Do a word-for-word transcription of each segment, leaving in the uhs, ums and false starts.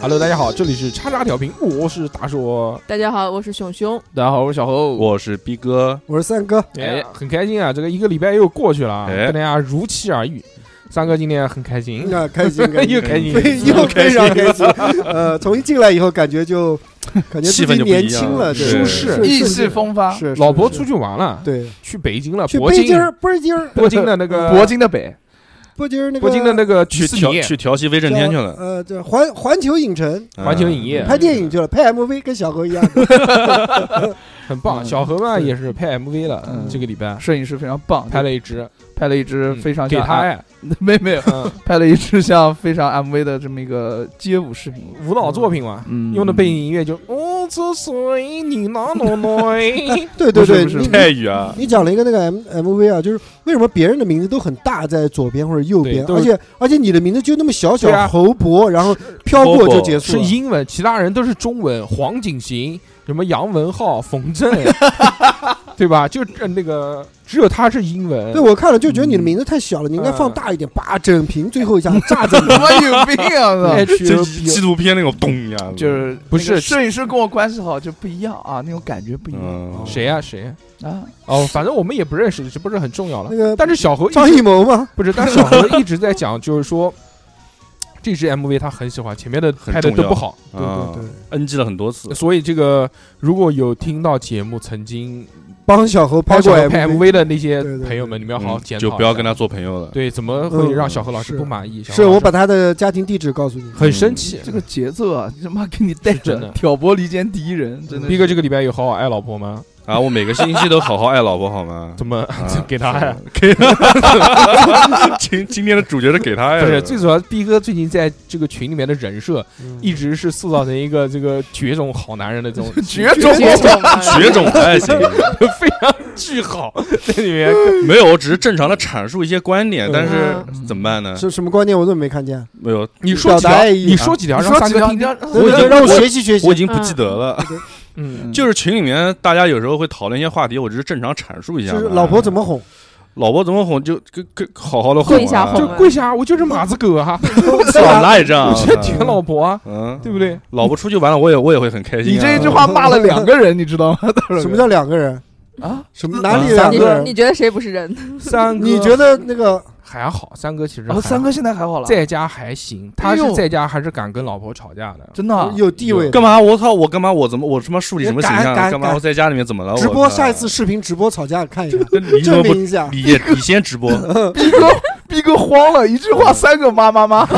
Hello， 大家好，这里是叉叉调频，我是大硕。 大家好，我是熊熊。 大家好，我是小侯， 我是逼哥， 我是三哥。 哎，很开心啊，这个一个礼拜又过去了，哎、跟大家如期而遇。三哥今天很开心， 啊，开心，开心又开心， 又非常开心。呃，从一进来以后，感觉就感觉自己年轻了， 舒适， 意气风发。 是， 老婆出去玩了， 对， 去北京了， 去北京，北京， 北京的那个铂金的北。 北京那个北京的那个去调去调戏威震天去了， 呃，这环环球影城， 环球影业拍电影去了，拍 M V， 跟小何一样， 很棒。小何嘛也是拍 M V 了，这个礼拜摄影师非常棒， 拍了一支， 拍了一支非常给他哎， 没没有，拍了一支像非常 M V 的这么一个街舞视频， 舞蹈作品嘛，用的背景音乐就哦，这水你那么noi 对对对， 泰语啊， 你讲了一个那个 M M V 啊，就是为什么别人的名字都很大，在左边或者右边，而且而且你的名字就那么小小，侯博，然后飘过就结束了， 是英文，其他人都是中文，黄景行。什么杨文浩、冯正，对吧？就那个，只有他是英文。 对，我看了就觉得你的名字太小了，你应该放大一点，叭整屏，最后一下炸整屏。 我有病啊！ 就纪录片那种咚一样， 就是不是摄影师跟我关系好就不一样啊，那种感觉不一样。 谁呀？谁啊？ 哦，反正我们也不认识，这不是很重要了。 那个， 但是小何张艺谋吗？ 不是，但是小何一直在讲，就是说。这支 M V 他很喜欢，前面的拍的都不好， 对对对 ，N G 了很多次。 所以这个如果有听到节目曾经帮小何拍过 M V 的那些朋友们，你们要好好检讨， 就不要跟他做朋友了。 对，怎么会让小何老师不满意？ 是我把他的家庭地址告诉你， 很生气。 这个节奏啊，你他妈给你带着挑拨离间第一人，真的。 逼哥这个礼拜有好好爱老婆吗？ 啊，我每个星期都好好爱老婆，好吗？ 怎么给他呀？ 给今今天的主角是给他呀？ 不是，最主要逼哥最近在这个群里面的人设，一直是塑造成一个这个绝种好男人的这种绝种绝种还行， 非常巨好在里面。 没有，我只是正常的阐述一些观点，但是怎么办呢？ 是什么观点我怎么没看见？ 没有， 你说几条？你说几条？让三哥听听。 我已经让我学习学习， 我已经不记得了。 嗯， 就是群里面大家有时候会讨论一些话题，我只是正常阐述一下。 就是老婆怎么哄， 老婆怎么哄，就跟跟好好的哄， 跪下哄， 就跪下，我就是马子狗啊， 哪也这样， 我是舔老婆啊， 嗯， 对不对？ 老婆出去玩了，我也我也会很开心。 你这一句话骂了两个人，你知道吗？ 什么叫两个人啊？ 什么哪里两个人？ 你觉得谁不是人？ 三哥， 你觉得那个？ 还好，三哥其实哦，三哥现在还好了， 在家还行，他是在家还是敢跟老婆吵架的， 真的有地位。 干嘛？我操！我干嘛？我怎么？我他妈树立什么形象？干嘛？我在家里面怎么了？ 直播下一次视频直播吵架看一下， 你证明一下。 你你先直播。 逼哥逼哥慌了，一句话三个妈妈妈。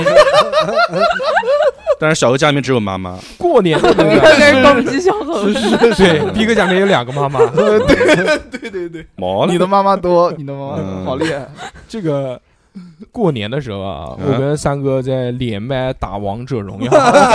但是小哥家里面只有妈妈。 过年的那个攻击小猴， 对，逼哥家里面有两个妈妈。 对对对对， 毛你的妈妈多，你的妈妈好厉害。 这个过年的时候啊，我跟三哥在连麦打王者荣耀，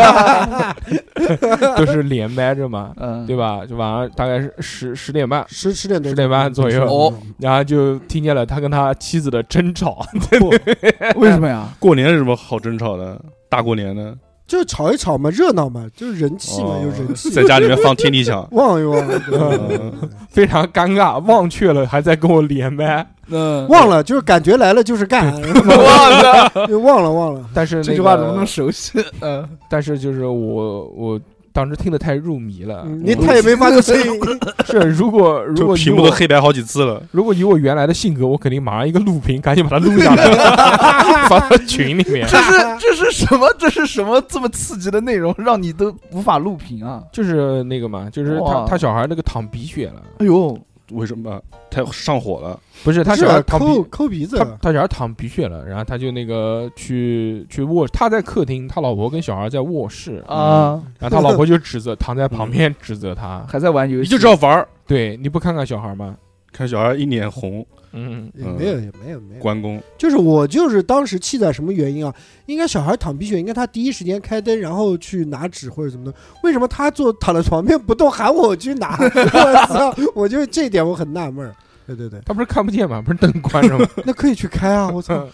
都是连麦着嘛，对吧？就晚上大概是十十点半， 十十点多， 十点半左右， 哦， 然后就听见了他跟他妻子的争吵。 为什么呀？ 过年有什么好争吵的？大过年的。 就吵一吵嘛，热闹嘛，就是人气嘛，有人气。 在家里面放天地响， 忘一忘， 非常尴尬，忘却了，还在跟我连麦。 嗯， 忘了，就是感觉来了就是干， 忘了， 忘了忘了。 但是这句话怎么那么熟悉？ 嗯，但是就是我我。当时听得太入迷了， 你他也没发出声音。 是，如果如果屏幕都黑白好几次了。 如果以我原来的性格，我肯定马上一个录屏，赶紧把它录下来，发到群里面。 这是这是什么？这是什么这么刺激的内容，让你都无法录屏啊？ 就是那个嘛，就是他他小孩那个淌鼻血了。 哎呦！ 为什么他上火了？ 不是他小孩淌鼻抠鼻子， 他他小孩淌鼻血了，然后他就那个去去卧，他在客厅，他老婆跟小孩在卧室啊， 然后他老婆就指责躺在旁边指责他还在玩游戏， 你就知道玩儿。 对，你不看看小孩吗？ 看小孩一脸红， 嗯， 也没有也没有没有关公， 就是我就是当时气在什么原因啊？应该小孩淌鼻血，应该他第一时间开灯，然后去拿纸或者怎么的。为什么他坐躺在床边不动，喊我去拿？我操！我就这一点我很纳闷儿。对对对， 他不是看不见吗？不是灯关着吗？ 那可以去开啊！我操！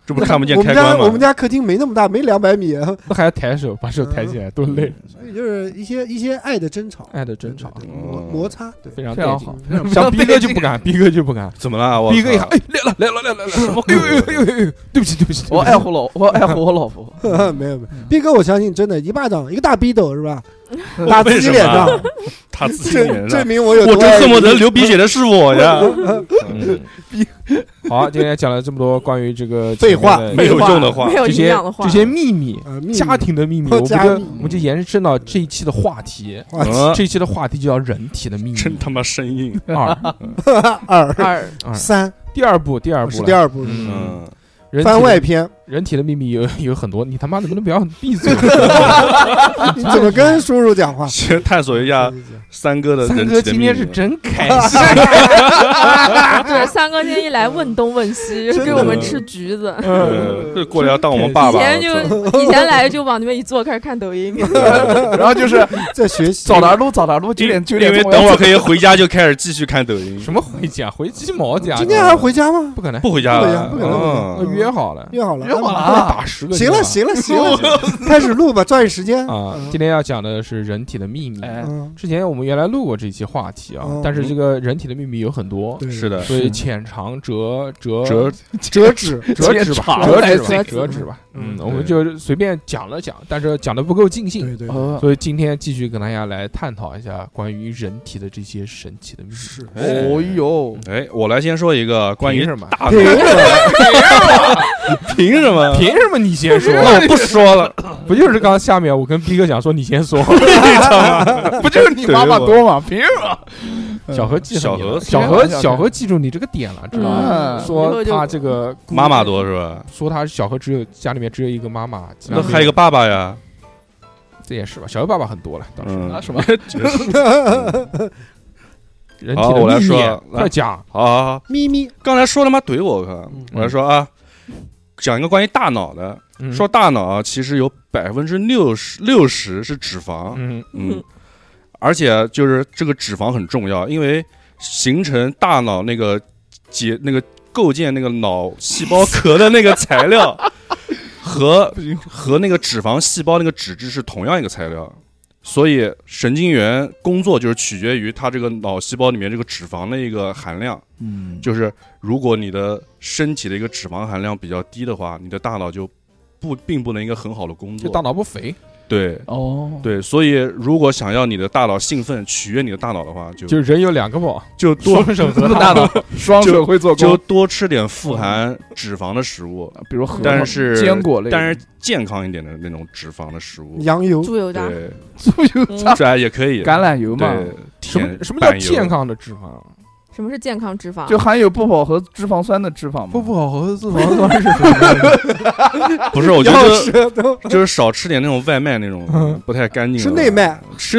这不是看不见我们家开关吗？ 我们家客厅没那么大，没两百米， 那还要抬手，把手抬起来，多累。 所以就是一些一些爱的争吵， 爱的争吵对对对摩摩擦，对， 非常带劲非常好。，非常像逼哥就不敢，逼哥就不敢。 怎么了？我逼哥一喊，哎，来了来了来了来了！什么？哎呦哎呦哎呦哎呦！对不起对不起， 我爱护老，我爱护我老婆。 没有没有，逼哥我相信真的，一巴掌一个大逼斗是吧？打自己脸上， 他自己证脸上证，明我有我多爱你真恨不得流鼻血的是我呀！ 嗯，好，今天讲了这么多关于这个废话前面的没有用的话没，有这些营养的话， 这些秘密， 呃秘密家庭的秘密， 哦我们就加密我们就延伸到这一期的话题。 哇嗯， 这一期的话题就叫人体的秘密真他妈生硬。 二二二二三第二部第二部了是第二部， 嗯， 嗯， 人体的番外篇， 人体的秘密有有很多，你他妈能不能不要闭嘴？ 你怎么跟叔叔讲话？ 先探索一下三哥的三人体的哥今天是秘密。 真开心， 对，三哥今天一来问东问西， 真的给我们吃橘子。 呃，这过来要当我们爸爸。 以前我操就以前来就往那边一坐，开始看抖音。 然后就是在学习早点录，早点录，九点九点钟因为等会儿可以回家就开始继续看抖音。 什么回家？回鸡毛家？ 今天还回家吗？ 不可能， 不回家不回家了？ 不可能嗯呃约好了， 约好了， 约好了啊啊打十个。 行了行了行了，行了开始录吧，抓紧时间啊！今天要讲的是人体的秘密。 哎嗯， 之前我们原来录过这期话题啊嗯， 但是这个人体的秘密有很多， 对， 是的， 所以浅尝折折折折纸， 折纸吧， 长折纸吧， 折纸折纸吧。嗯， 嗯我们就随便讲了讲，但是讲的不够尽兴， 对对对， 呃， 所以今天继续跟大家来探讨一下关于人体的这些神奇的秘密。 是哦呦， 哎，我来先说一个关于凭什么？ 大凭脑， 什凭什么？ 凭什么你先说？ 那我不说了。 不就是刚刚下面我跟逼哥讲说你先说， 不就是你妈妈多吗？凭什么？ 小何记住你了小小何小何记住你这个点了，知道吗？ 嗯说他这个妈妈多是吧？ 说他小何只有家里面只有一个妈妈，其他没那还有一个爸爸呀。 这也是吧？小何爸爸很多了，当时嗯啊，什么？ 人体好我来的秘密说快讲， 好好好， 咪咪， 刚才说他妈怼我，我靠！我来说啊，讲一个关于大脑的， 嗯说大脑啊，其实有百分之六十六十是脂肪， 嗯嗯，而且就是这个脂肪很重要，因为形成大脑那个结那个构建那个脑细胞壳的那个材料和和那个脂肪细胞那个脂质是同样一个材料。所以神经元工作就是取决于它这个脑细胞里面这个脂肪的一个含量， 嗯， 就是如果你的身体的一个脂肪含量比较低的话，你的大脑就不并不能一个很好的工作。 就大脑不肥， 对哦， 对，所以如果想要你的大脑兴奋，取悦你的大脑的话，就就人有两个宝， 就多双手和大脑双手会做就工， 多吃点富含脂肪的食物， 比如核桃但是坚果类的， 但是健康一点的那种脂肪的食物， 羊油， 猪油渣， 对， 猪油渣、 这也可以。 橄榄油嘛， 对， 什么甜什么叫板油健康的脂肪？ 什么是健康脂肪？ 就含有不饱和脂肪酸的脂肪嘛。 不不好和脂肪酸是什么？ 不是，我觉要得舌头就是少吃点那种外卖那种嗯不太干净的。 是内卖， 吃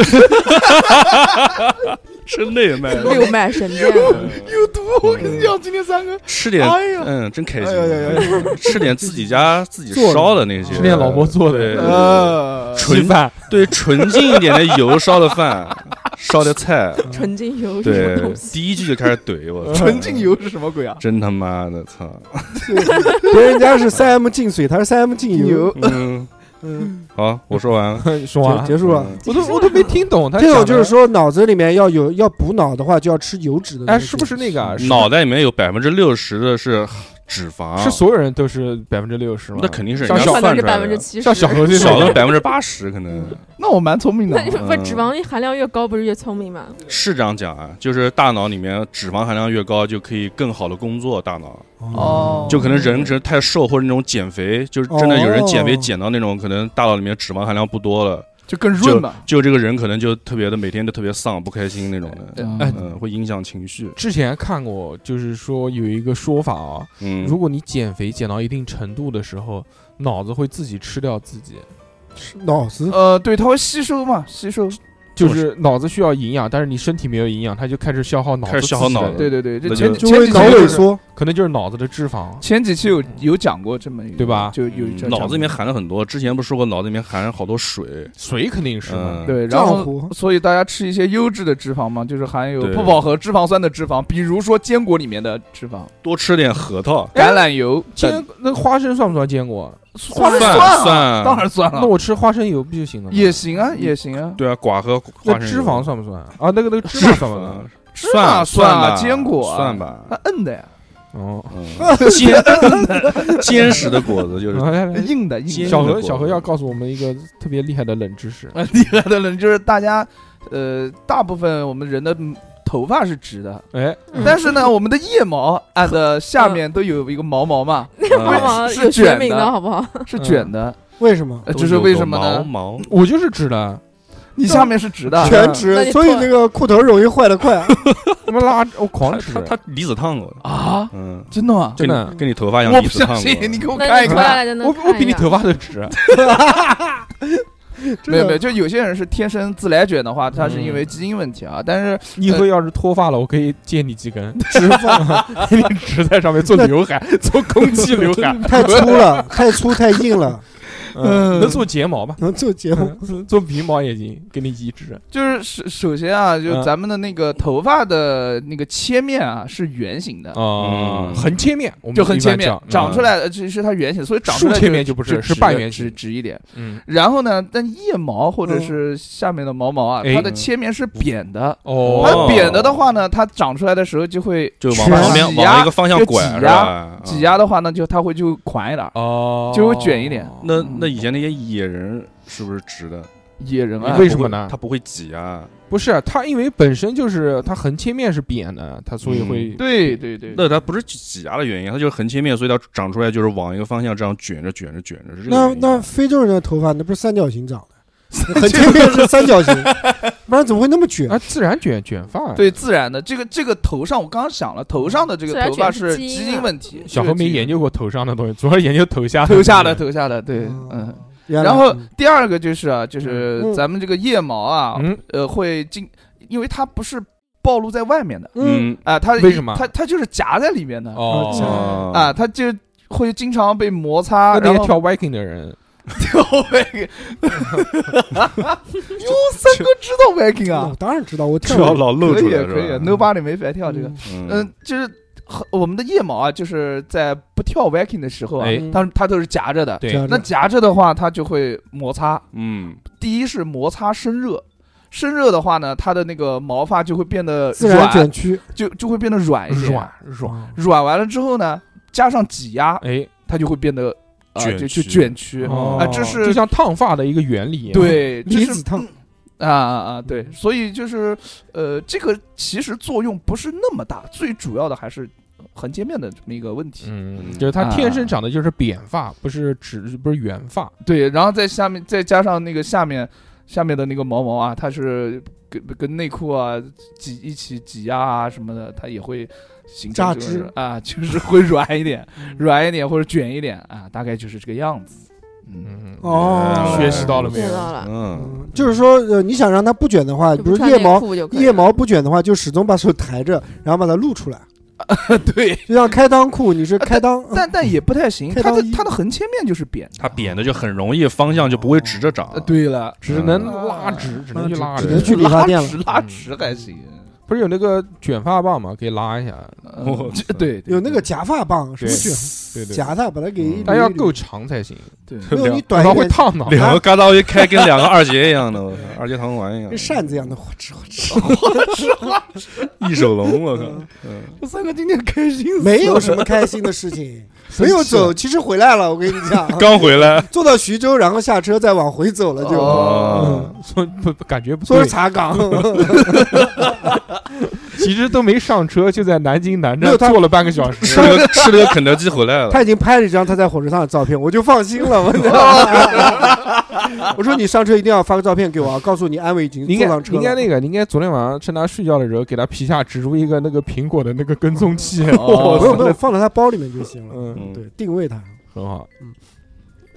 吃内卖， 六脉神剑， 有毒！我跟你讲，今天三个， 吃点哎呀嗯，真开心哎呀呀呀！ 吃点自己家自己做的烧的那些， 吃点老婆做的对呃， 纯饭， 对纯净一点的油烧的饭，烧的菜， 纯净油是什么对东，西？ 第一句就开始怼我， 纯净油是什么鬼啊？ 真他妈的操！ 别人家是三 M 净水，他是三 M 净油， 油嗯， 嗯， 好，我说完了。 说完了， 结结束了。 嗯我都我都没听懂他这种讲的就是说，脑子里面要有要补脑的话，就要吃油脂的东哎， 西。 是不是那个啊是脑袋里面有百分之六十的是脂肪， 是所有人都是百分之六十吗？ 那肯定是像小人家可能是百算出来的， 分之七十， 像小何这少了种， 百分之八十可能。 那我蛮聪明的那，不脂肪含量越高，不是越聪明吗？ 是这样讲啊，就是大脑里面脂肪含量越高，就可以更好的工作。大脑哦， 就可能人真太瘦或者那种减肥，就是真的有人减肥哦减到那种可能大脑里面脂肪含量不多了， 就更润嘛。 就这个人可能就特别的每天都特别丧不开心那种的， 哎嗯，会影响情绪。 之前看过，就是说有一个说法啊， 嗯， 如果你减肥减到一定程度的时候，脑子会自己吃掉自己。 脑子呃，对，它会吸收嘛，吸收。 就是脑子需要营养，但是你身体没有营养，它就开始消耗脑子， 开始消耗脑子对对对，这那前就前就会脑几期就是萎缩。 可能就是脑子的脂肪。 前几期有有讲过这么一个， 对吧就有这嗯脑子里面含了很多，之前不是说过脑子里面含好多水， 水肯定是嘛， 嗯， 对，然胀后乎所以大家吃一些优质的脂肪嘛，就是含有对不饱和脂肪酸的脂肪，比如说坚果里面的脂肪、 多吃点核桃， 橄榄油坚等。 那个花生算不算坚果？ 算花生算啊算当然算了， 那我吃花生油不就行了吗？ 也行啊，也行啊， 对啊，寡和那脂花生油肪算不算啊？那个那个脂肪算不算？ 芝麻算算啊， 吧坚果啊算吧， 它摁的呀， 哦， 嗯，坚坚实的果子就是来来来硬的硬坚的。 小何， 果子小何要告诉我们一个特别厉害的冷知识。 啊，厉害的人就是大家，呃，大部分我们人的头发是直的， 哎， 嗯但是呢，我们的腋毛按的下面都有一个毛毛嘛， 毛毛是有学名卷的的好不好？ 是卷的， 为什么？ 呃这是为什么呢？ 毛毛我就是直的， 你下面是直的， 全那直， 你所以脱那个裤头容易坏得快。 他妈拉我狂直他，他离子烫过， 啊， 嗯， 真的吗？ 真的跟你跟你头发一样我不离子烫过， 相信，你给我那看一看。 你脱下来就能我看一下我比你头发都直。 没有没有，就有些人是天生自来卷的话，他是因为基因问题啊。但是你以后要是脱发了，我可以借你几根， 直发给你直在上面做刘海，做空气刘海， 太粗了，太粗太硬了， 嗯，能做睫毛吧？ 能做节目。 嗯做鼻毛也行，给你移植。 就是首首先啊，就嗯咱们的那个头发的那个切面啊是圆形的， 哦嗯横切面，我们就横切面一般叫长出，来的，这是它圆形，所以长出来竖切面就不是直是半圆直形直一点。 嗯， 然后呢，但腋毛或者是下面的毛毛啊， 哎它的切面是扁的。 哦， 它扁的的话呢，它长出来的时候就会就往全旁边挤压往一个方向就拐是挤压吧？ 挤压的话呢，就它会就宽一点， 哦， 就会卷一点那那以前那些野人是不是直的？ 野人啊， 为什么呢他不会挤啊。 不是它，因为本身就是它横切面是扁的，它所以会对对对， 那它不是挤压的原因，它就是横切面，所以它长出来就是往一个方向这样卷着卷着卷着。是这个那原因那非洲人的头发那不是三角形长的，横切面是三角形，不然怎么会那么卷？ 啊自然卷卷发。， 对自然的这个这个头上，我刚刚想了，头上的这个自然头发卷是是基基因啊因问题。 小何没研究究过头上的东西，主要研究头下头下的头下的，对， 嗯嗯。 原来然后第二个就是啊，就是嗯咱们这个腋毛啊， 嗯， 呃，会经，因为它不是暴露在外面的嗯， 嗯啊，它为什么它它就是夹在里面的哦啊，它就会经常被摩擦，然后那那些跳 Viking 的人， 跳 Viking。哟，三哥知道 Viking 我啊？ 当然知道，我只跳过。 要老露可以出来可以是吧？ ，Nobody 没白跳这个。 嗯嗯，就是很我们的腋毛啊，就是在不跳 Viking 的时候啊哎， 它它都是夹着的。 对这，样那夹着的话，它就会摩擦。 嗯， 第一是摩擦生热，生热的话呢，它的那个毛发就会变得自然软， 卷曲， 就就会变得软一些。 软软， 软完了之后呢，加上挤压， 哎， 它就会变得啊、 卷就就曲卷曲。 哦啊这是就像烫发的一个原理一样。 对，这是离子烫。 啊啊啊！对，所以就是呃，这个其实作用不是那么大，最主要的还是横切面的这么一个问题。 嗯，就是它天生长的就是扁发，不是直，不是圆发。 对，然后在下面再加上那个下面下面的那个毛毛啊，它是跟跟内裤啊挤一起挤压啊什么的，它也会形成、就是、 榨汁啊，就是会软一点，软一点或者卷一点啊，大概就是这个样子。嗯， 嗯， 哦学习到了没有？ 知道了。 嗯， 嗯，就是说，呃，你想让它不卷的话，比就不穿内如腋毛， 裤就可以了腋毛不卷的话，就始终把手抬着，然后把它露出来， 对， 就像开裆裤，你是开裆， 但但也不太行，它的开裆衣它的横切面就是扁的。 它扁的就很容易方向就不会直着长呃，。对了， 只能拉直，只能去拉直只能。去理发店了拉直拉直还行。 不是有那个卷发棒吗？可以拉一下。 嗯这对，对有那个夹发棒，什么对卷， 对对， 夹它把它给一捋但要够一捋长才行， 对， 没有你不然短一点， 会烫到。 两个嘎达一开，跟两个二节一样的，我操二节糖丸一样跟，扇子一样的，哗哧哗哧。 一手龙，我靠！嗯， 我三哥今天开心死了， 没有什么开心的事情，没有走，其实回来了。我跟你讲， 刚回来， 坐到徐州，然后下车再往回走了，就哦嗯说不不感觉不说是对， 查岗， 其实都没上车，就在南京南没有他站坐了半个小时。 吃了个吃了个肯德基回来了。 他已经拍了一张他在火车上的照片，我就放心了。我我说你上车一定要发个照片给我啊，告诉你安慰已经你应该坐上车了。 你应该那个，你应该昨天晚上趁他睡觉的时候，给他皮下植入一个那个苹果的那个跟踪器。 哦不用不用，放到他包里面就行了。 嗯， 嗯对，定位他。 很好。 嗯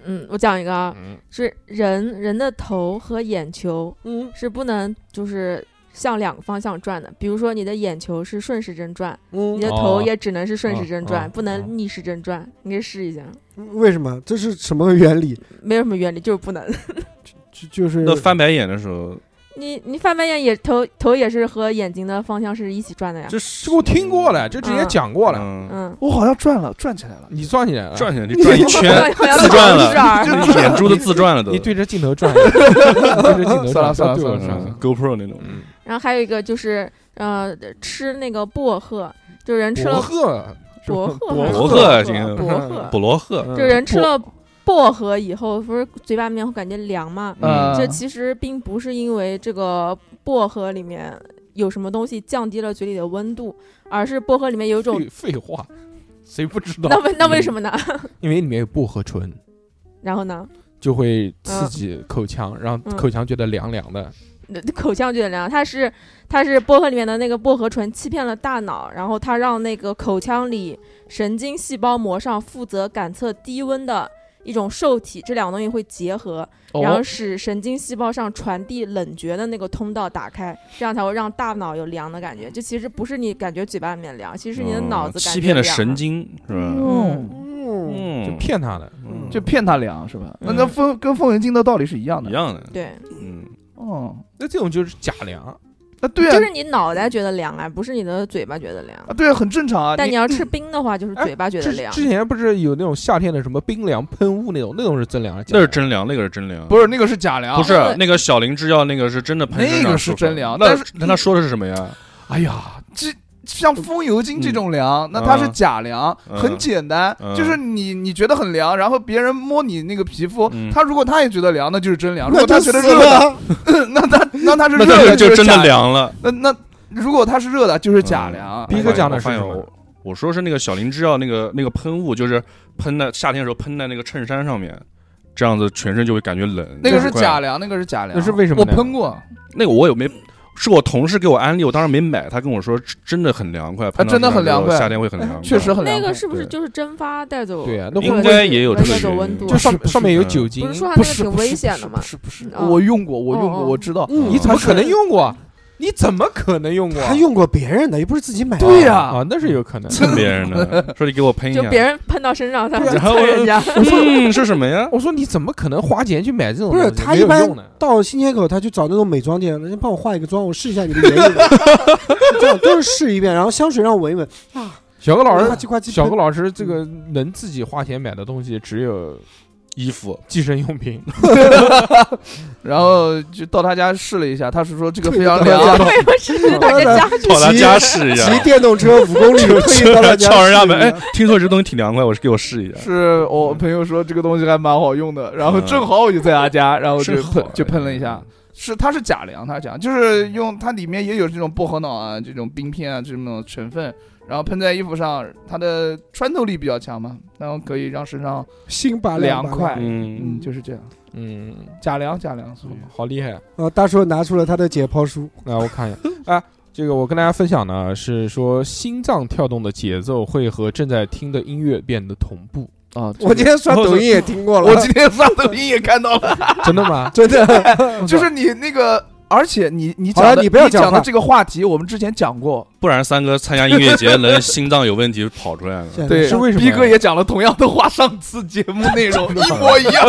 嗯，我讲一个啊， 嗯是人人的头和眼球嗯是不能就是向两个方向转的。比如说你的眼球是顺时针转，你嗯， 的头也只能是顺时针转， 哦不能逆时针转。你可以试一下， 为什么？这是什么原理？ 没有什么原理，就是不能。 就就是那翻白眼的时候， 你你翻白眼也头头也是和眼睛的方向是一起转的呀。 这这个我听过了，这之前讲过了。 嗯， 嗯， 我好像转了，转起来了。 你转起来了， 转起来，你转一圈， 好像自转了是啊就眼珠子自转了都。 你对着镜头转一下，对着镜头转， 算了算了对我算了转嗯 GoPro 那种， 嗯， 然后还有一个就是呃吃那个薄荷，就人吃薄了荷， 薄荷薄还是薄荷荷行薄荷， 布罗赫， 嗯就人吃了薄荷以后，不是嘴巴里面会感觉凉吗？ 嗯这其实并不是因为这个薄荷里面有什么东西降低了嘴里的温度，而是薄荷里面有一种废废话，谁不知道？ 那为那为什么呢？ 因为里面有薄荷醇， 然后呢， 就会刺激口腔，让嗯口腔觉得凉凉的。 口腔觉得凉，它是它是薄荷里面的那个薄荷醇欺骗了大脑，然后它让那个口腔里神经细胞膜上负责感测低温的一种受体，这两个东西会结合，然后哦， 使神经细胞上传递冷觉的那个通道打开，这样才会让大脑有凉的感觉。这其实不是你感觉嘴巴里面凉，其实是你的脑子感觉嗯欺骗了凉神经是吧？ 嗯， 嗯， 就嗯， 骗他的。 嗯就骗他凉是吧？那嗯那风跟风油精的道理是一样的。 一样的， 对， 嗯， 哦， 那这种就是假凉， 啊对啊就，是你脑袋觉得凉啊，不是你的嘴巴觉得凉。 啊对啊，很正常啊。 但你要吃冰的话，就是哎嘴巴觉得之凉。 之前不是有那种夏天的什么冰凉喷雾那种，那种是真凉， 那是真凉，那个是真凉， 不是那个是假凉， 不是啊那个小林制药那个是真的喷身上那个是舒服真凉那但是那他说的是什么呀？ 哎呀，这像风油精这种凉，那它是假凉， 嗯很简单， 嗯就是你你觉得很凉，然后别人摸你那个皮肤， 嗯他如果他也觉得凉，那就是真凉；如果那就死他觉得热的， 了。 那他那他是那热的， 这个就是真的假。 凉了。 那那如果它是热的，就是假凉。 逼哥讲的是我发现什么我我说是那个小林制药那个那个喷雾，就是喷在夏天的时候喷在那个衬衫上面，这样子全身就会感觉冷。 那个是怪假凉，那个是假凉。 那是为什么呢我喷过， 那个我有没？是我同事给我安利，我当时没买，他跟我说真的很凉快，喷到真的很身上之后凉快夏天会很凉快， 确实很凉快。 那个是不是对就是蒸发带走？ 对啊那应该也有这带个原因走温度啊。 就上不是上面有嗯酒精不是，说它不是那个挺危险的吗不？是不是不是， 哦我用过，我用过， 哦哦我知道。 嗯你怎么可能用过？你怎么可能用过？ 他用过别人的，又不是自己买的。 对呀啊，那是有可能。 蹭别人的，说你给我喷一下， 就别人喷到身上，他们就然后蹭人家。 我说嗯是什么呀？ 我说你怎么可能花钱去买这种不是东西？ 他一般没有用的。 到新街口，他去找那种美妆店，人家帮我化一个妆，我试一下你的眼影，这样都是试一遍，然后香水让我闻一闻啊。 小何老师呱唧呱唧小何喷老师这个能自己花钱买的东西只有衣服， 计生用品。 然后就到他家试了一下，他是说这个非常对凉。 为什么是那个家具？ 跑他家试一下骑，电动车五公里退到他家敲人家门， 试一哎，听说这东西挺凉快，我是给我试一下。 是我朋友说这个东西还蛮好用的，然后正好我就在他家，然后就真好哎喷就喷了一下。是它是假凉，它讲就是用它里面也有这种薄荷脑啊、这种冰片啊这种成分，然后喷在衣服上，它的穿透力比较强嘛，然后可以让身上心拔拔凉快。 嗯嗯，就是这样， 嗯， 假凉假凉，所以好厉害。 啊，大叔拿出了他的解剖书， 来，我看一下。啊，这个我跟大家分享呢，是说心脏跳动的节奏会和正在听的音乐变得同步。 啊， 我今天刷抖音也听过了， 我今天刷抖音也看到了， 真的吗？ 真的就是你那个。而且你你好了讲的你不要讲话讲的这个话题，我们之前讲过， 不然三哥参加音乐节能心脏有问题跑出来了。 对， 是为什么逼哥也讲了同样的话，上次节目内容一模一样，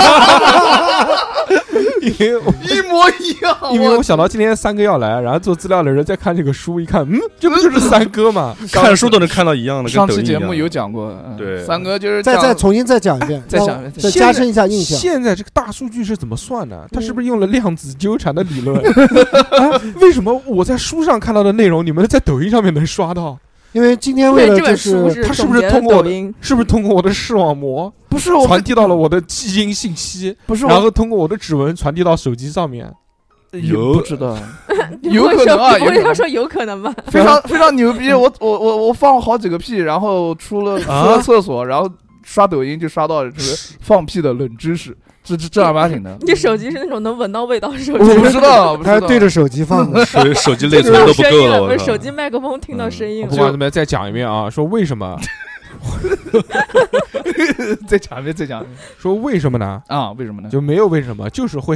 因为我一模一样。 因为我想到今天三哥要来，然后做资料的人在看这个书，一看，嗯，这不就是三哥吗？ 看书都能看到一样的，跟上抖音一样期节目有讲过，嗯对三哥就是再讲再重新再讲一遍， 再让讲一遍再加深一下印象。 现在这个大数据是怎么算的？他是不是用了量子纠缠的理论？啊，为什么我在书上看到的内容，你们在抖音上面能刷到？ 因为今天为了就这本书是他是不是总结的通过我的抖音？ 是不是通过我的视网膜不是我传递到了我的基因信息， 不是我然后通过我的指纹传递到手机上面？ 有不知道，有可能啊，有可能我跟他说有可能吧。 非常非常牛逼。我我我我放了好几个屁，然后出了出了厕所，然后刷抖音就刷到这个放屁的冷知识，这这正儿八经的。 你手机是那种能闻到味道的手我机， 不知道，不知道他是对着手机放的， 手手机内听到存都不够了， 声音了，不我操是手机麦克风听到声音了。 不管怎么样，再讲一遍啊，说为什么再讲一遍，再讲一遍说为什么呢？ 啊？为什么呢？ 就没有为什么，就是会。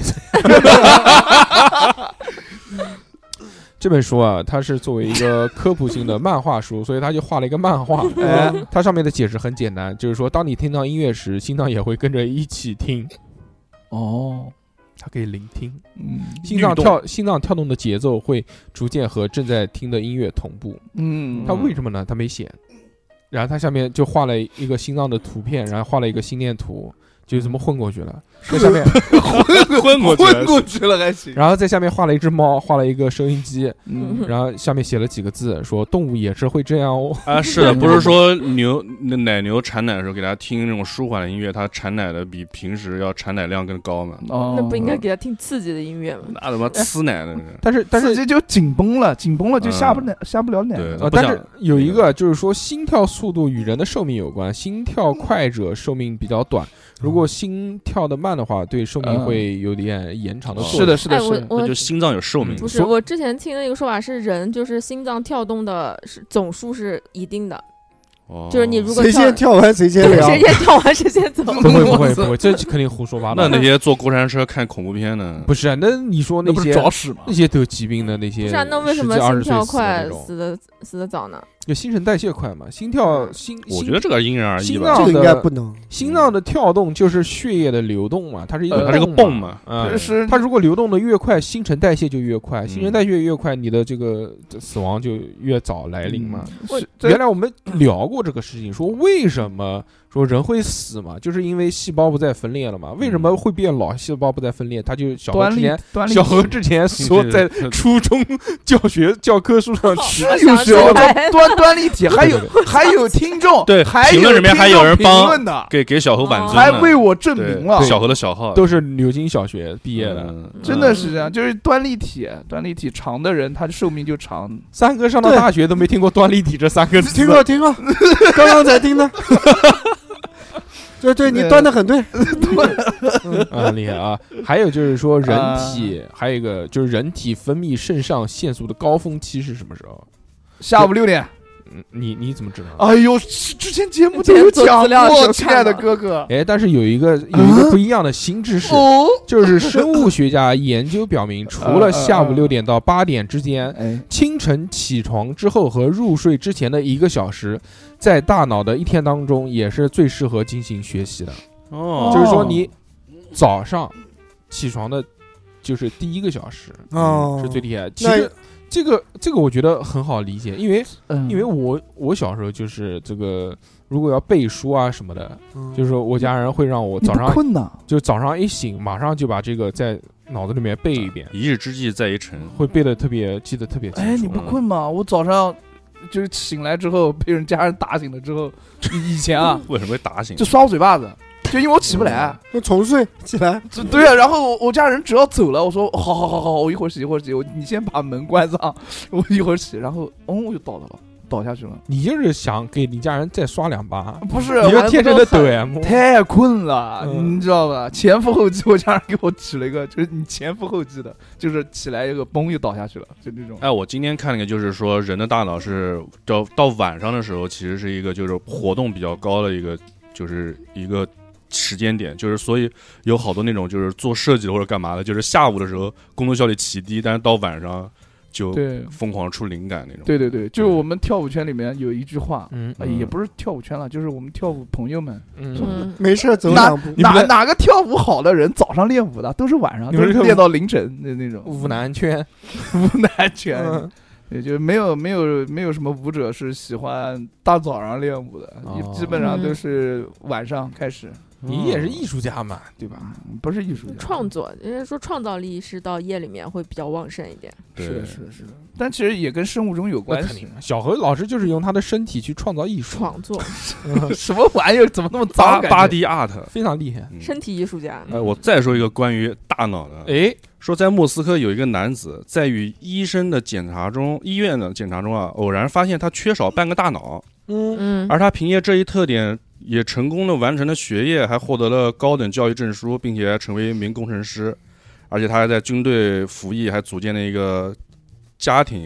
这本书啊，它是作为一个科普性的漫画书，所以他就画了一个漫画。 哎， 它上面的解释很简单，就是说，当你听到音乐时，心脏也会跟着一起听。 哦， 它可以聆听， 嗯， 心脏跳心脏跳动的节奏会逐渐和正在听的音乐同步。 嗯， 它为什么呢？它没写。然后它下面就画了一个心脏的图片，然后画了一个心电图，就这么混过去了。在下面混混过去了混过去了还行。 然后在下面画了一只猫，画了一个收音机， 嗯， 然后下面写了几个字，说动物也是会这样哦。 啊，是的，不是说牛那奶牛产奶的时候给它听那种舒缓的音乐，它产奶的比平时要产奶量更高嘛？ 哦， 那不应该给他听刺激的音乐吗？ 那他妈呲奶的是。 但是但是刺激就紧绷了，紧绷了就下不了下不了奶。 对， 呃， 不想但是有一个就是说，心跳速度与人的寿命有关，心跳快者寿命比较短，如果心跳的慢的话，对寿命会有点延长的作用。 是的，是的， 哎， 是的。 我我那就心脏有寿命。 不是，我之前听的一个说法是，人就是心脏跳动的是总数是一定的， 哦就是你如果谁先跳完谁先对聊。 谁先跳完谁先走。 不会不会不会，这肯定胡说八道。 那那些坐过山车看恐怖片的， 不是，那你说那不是些找屎吗？ 那些得疾病的那些， 不是啊，那为什么心跳快死的死的早呢？ 就新陈代谢快嘛，心跳心， 我觉得这个因人而异吧。 心脏这个应该不能。 心脏的跳动就是血液的流动嘛，它是一个呃它是个泵嘛， 嗯， 是它如果流动的越快，新陈代谢就越快，新陈代谢越快，你的这个死亡就越早来临嘛。 是原来我们聊过这个事情，说为什么说人会死嘛，就是因为细胞不再分裂了嘛。为什么会变老？细胞不再分裂，它就小何端粒之前， 端粒小何之前说在初中教学教科书上是去， 有时候端端粒体，还有还有听众， 对还有评论里面还有人评帮论的， 给给小何挽尊还呢， 为我证明了对，小何的小号都是牛津小学毕业的。 嗯真的是这样，就是端粒体，端粒体长的人，他的寿命就长。 三哥上到大学都没听过端粒体这三个字， 听过听过，刚刚才听的。对对，你端的很对。 啊，厉害啊！还有就是说，人体还有一个就是人体分泌肾上腺素的高峰期是什么时候？ 下午六点。 嗯，你你怎么知道？ 哎呦，之前节目都有讲过，亲爱的哥哥。 哎，但是有一个有一个不一样的新知识， 哦， 就是生物学家研究表明，除了下午六点到八点之间， 哎， 清晨起床之后和入睡之前的一个小时，在大脑的一天当中也是最适合进行学习的。 哦， 就是说你早上起床的，就是第一个小时哦是最厉害。其实这个这个我觉得很好理解，因为嗯因为我我小时候就是这个，如果要背书啊什么的， 嗯就是说我家人会让我你不早上困呐？ 就早上一醒，马上就把这个在脑子里面背一遍， 一日之计在于晨， 会背的特别记得特别清楚。 哎，你不困吗？我早上就是醒来之后被人家人打醒了之后，以前啊为什么会打醒？ 就刷我嘴巴子，就因为我起不来。 就重睡起来。 对啊，然后我我家人只要走了，我说好好好好，我一会儿洗一会儿洗，我你先把门关上，我一会儿洗，然后嗯我就倒了，倒下去了。 你就是想给你家人再刷两巴， 不是， 你就天生的抖太 M， 太困了， 嗯你知道吧？前赴后继，我家人给我起了一个，就是你前赴后继的，就是起来一个嘣又倒下去了，就那种。 哎，我今天看了一个，就是说人的大脑是到到晚上的时候，其实是一个就是活动比较高的一个，就是一个时间点，就是所以有好多那种就是做设计的或者干嘛的，就是下午的时候工作效率奇低，但是到晚上就对疯狂出灵感那种。 对对对，就是我们跳舞圈里面有一句话， 嗯哎也不是跳舞圈了，就是我们跳舞朋友们， 嗯， 嗯， 没事走哪两步。 哪你们的哪个跳舞好的人早上练舞的都是晚上，都是你们这个练到凌晨的那种。 舞男圈， 舞男圈， 嗯也就没有没有没有什么舞者是喜欢大早上练舞的， 哦基本上都是晚上开始。 你也是艺术家嘛，对吧？ 不是艺术家， 创作，人家说创造力是到夜里面会比较旺盛一点。 对是的，是的，是的，但其实也跟生物钟有那关系肯定。，小何老师就是用他的身体去创造艺术， 创作， 什么玩意儿？怎么那么脏？ 八八感觉 D art。 非常厉害。 嗯身体艺术家。 呃，我再说一个关于大脑的， 哎， 说在莫斯科有一个男子在与医生的检查中，医院的检查中啊，偶然发现他缺少半个大脑， 嗯， 嗯， 而他凭借这一特点，也成功的完成了学业，还获得了高等教育证书，并且成为一名工程师，而且他还在军队服役，还组建了一个家庭。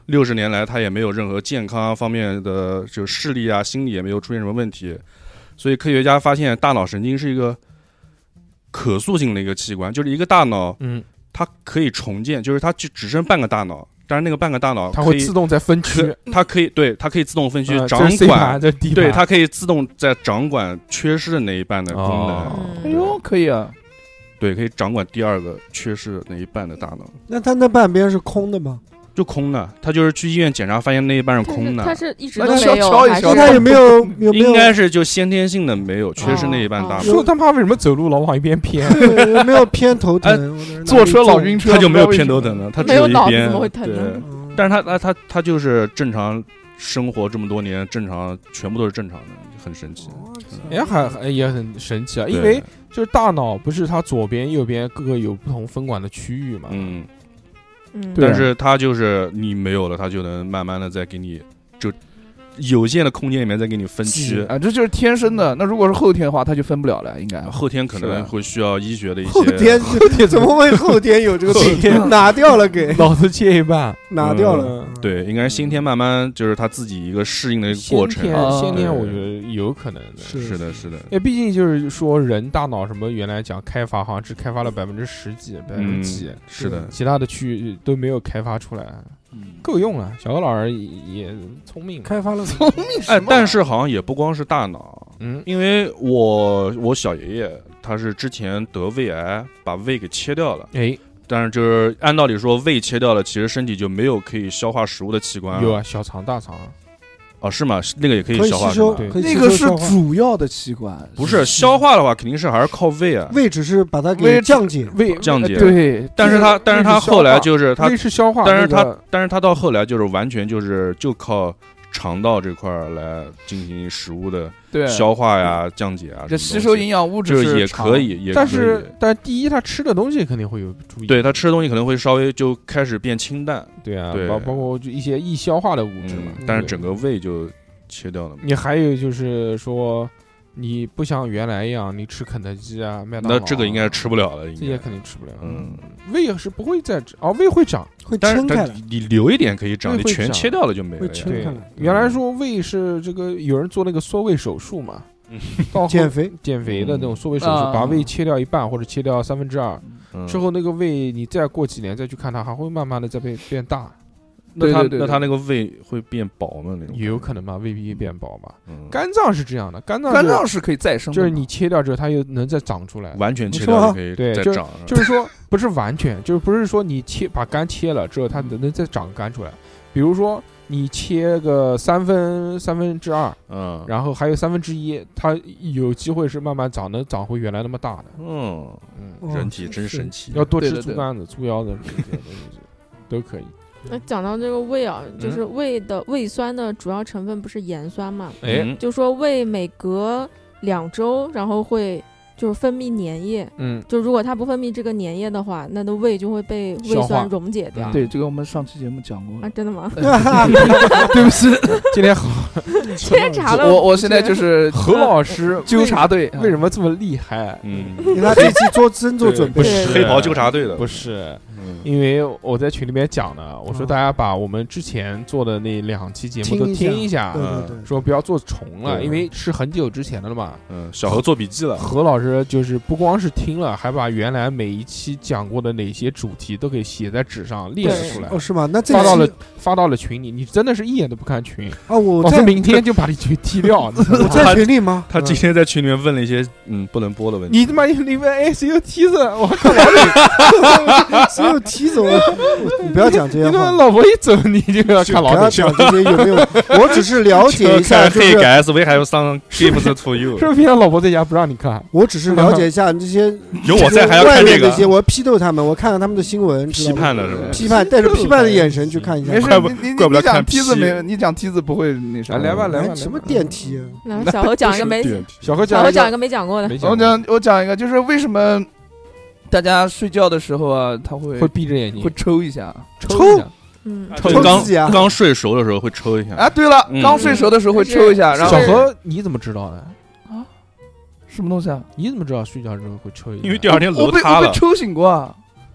六十年来他也没有任何健康方面的就视力啊、心理也没有出现什么问题，所以科学家发现大脑神经是一个可塑性的一个器官，就是一个大脑， 嗯， 它可以重建，就是它就只剩半个大脑，但是那个半个大脑它可以会自动在分区可，它可以对它可以自动分区呃掌这是 C 管盘，，这是 D 盘， 对它可以自动在掌管缺失的那一半的功能。 哦哎呦，可以啊， 对，可以掌管第二个缺失的那一半的大脑， 那他那半边是空的吗？ 就空的。他就是去医院检查，发现那一半是但空的。 是它是一直那都没有， 就要敲一还是敲那他有没有有没有应该是就先天性的没有缺失那一半大脑， 说他妈为什么走路老往一边偏？ 对有没有偏头疼？ 哎或者是哪里坐车老重晕车， 他就没有不知道为什么偏头疼的，他只没有脑子一边怎么会疼对呢， 嗯但是他他他他就是正常生活这么多年，正常全部都是正常的，很神奇。 哎，还还也很神奇啊，因对为就是大脑不是它左边、右边各个有不同分管的区域嘛？ 嗯， 嗯， 对但是他就是你没有了，他就能慢慢的再给你就有限的空间里面再给你分区。 啊，这就是天生的。那如果是后天的话，他就分不了了，应该。 后天可是吧能会需要医学的一些后天后天怎么会后天有这个病？拿掉了给脑子切一半， 拿掉了嗯。 对，应该是先天慢慢就是他自己一个适应的一个过程。 先天啊先天对我觉得有可能的。 是是的，是的， 因为毕竟就是说，人大脑什么原来讲开发，好像只开发了百分之十几、百分嗯之几， 是的， 其他的区域都没有开发出来，够用了。小何老师也也聪明嘛， 开发了聪明哎什，么？ 但是好像也不光是大脑， 嗯， 因为我我小爷爷他是之前得胃癌，把胃给切掉了， 哎， 但是就是按道理说胃切掉了，其实身体就没有可以消化食物的器官了。 有啊，小肠、大肠， 哦，是吗？那个也可以可以消化是吗？ 吸收，可以吸那个是收消化主要的器官， 不是消化的话，肯定是还是靠胃啊。 胃只是把它胃给降解， 胃降解对， 但是他但是他后来就是他胃，是消化， 但是他那个但是他到后来就是完全就是就靠肠道这块儿来进行食物的对消化呀、降解啊， 这什么东西吸收营养物质就是也肠可以，也可以但是但第一，他吃的东西肯定会有注意， 对他吃的东西可能会稍微就开始变清淡， 对啊， 对包包括就一些易消化的物质嘛嗯，，但是对整个胃就切掉了嘛。 你还有就是说，你不像原来一样，你吃肯德基啊、麦当劳啊， 那这个应该是吃不了了，应这些该。 肯定吃不了。 嗯， 胃是不会再长，哦，胃会长。 会但是撑开了， 但你留一点可以长，你全胃会长切掉了就没了会呀。 对撑看了， 原来说胃是这个有人做那个缩胃手术嘛， 嗯到后减肥减肥的那种缩胃手术， 啊把胃切掉一半或者切掉三分之二， 嗯之后那个胃你再过几年再去看它，还会慢慢的再变变大， 那他对对对对那他那个胃会变薄吗？那种也有可能吧，胃壁变薄嘛。 嗯肝脏是这样的，肝脏是肝脏是可以再生的嘛， 就是你切掉之后，它又能再长出来。 完全切不错啊掉就可以对就是再长， 就是说不是完全，就是不是说你切把肝切了之后，它能能再长肝出来。比如说你切个三分三分之二， 嗯， 然后还有三分之一，它有机会是慢慢长，能长回原来那么大的。 嗯， 嗯， 哦人体真是神奇。 要多吃对对对猪肝子、猪腰子这些东西都可以。 那讲到这个胃啊， 嗯就是胃的胃酸的主要成分不是盐酸嘛？ 哎， 嗯就说胃每隔两周，然后会就是分泌粘液， 嗯， 就如果它不分泌这个粘液的话，那的胃就会被胃消化酸溶解掉。 嗯对这个我们上期节目讲过啊，真的吗？ 对不起， 今天何今天查了， 我我现在就是何老师纠察队， 为什么这么厉害？ 嗯， 给他这期做真做准备不，是黑袍纠察队的不是， 嗯因为我在群里面讲的，我说嗯大家把我们之前做的那两期节目都听听一下一对，对对， 说不要做重了， 对因为是很久之前的了嘛。 嗯，小何做笔记了， 何老师就是不光是听了，还把原来每一期讲过的哪些主题都给写在纸上列了出来哦，，是吗？那这发到了期发到了群里。你真的是一眼都不看群， 啊，我老子在明天就把你群踢掉。你知道吗我在群里吗？ 他今天在群里面问了一些嗯不能播的问题。 你他妈你问哎谁有梯子？我靠老李， 谁有梯子？我我你不要讲这些话， 你他妈老婆一走你就要看不要老李， 讲这些有没有？我只是了解一下，就是看黑个 S V 还有上 Gives to You， 是不是平常老婆在家不让你看？ 我只是了解一下这些有我在还要外看这个面那些，我要批斗他们，我看看他们的新闻，知批道吗判的是吧？ 批判，带着批判的眼神去看一下没。事怪不， 你你怪不得看你讲梯子批没？你讲梯子不会那啥？ 来吧来吧哎什么电梯啊？ 然后小何讲一个没， 小何讲一个小何讲一个没讲过的没， 我讲讲我讲一个，就是为什么大家睡觉的时候啊，他会会闭着眼睛会抽一下抽一下。 嗯， 抽抽刚自己啊刚睡熟的时候会抽一下啊？对了嗯， 刚睡熟的时候会抽一下，然后小何，你怎么知道的？ 什么东西啊？ 你怎么知道睡觉之后会抽一下？ 因为第二天我被楼塌了我被，抽醒过啊！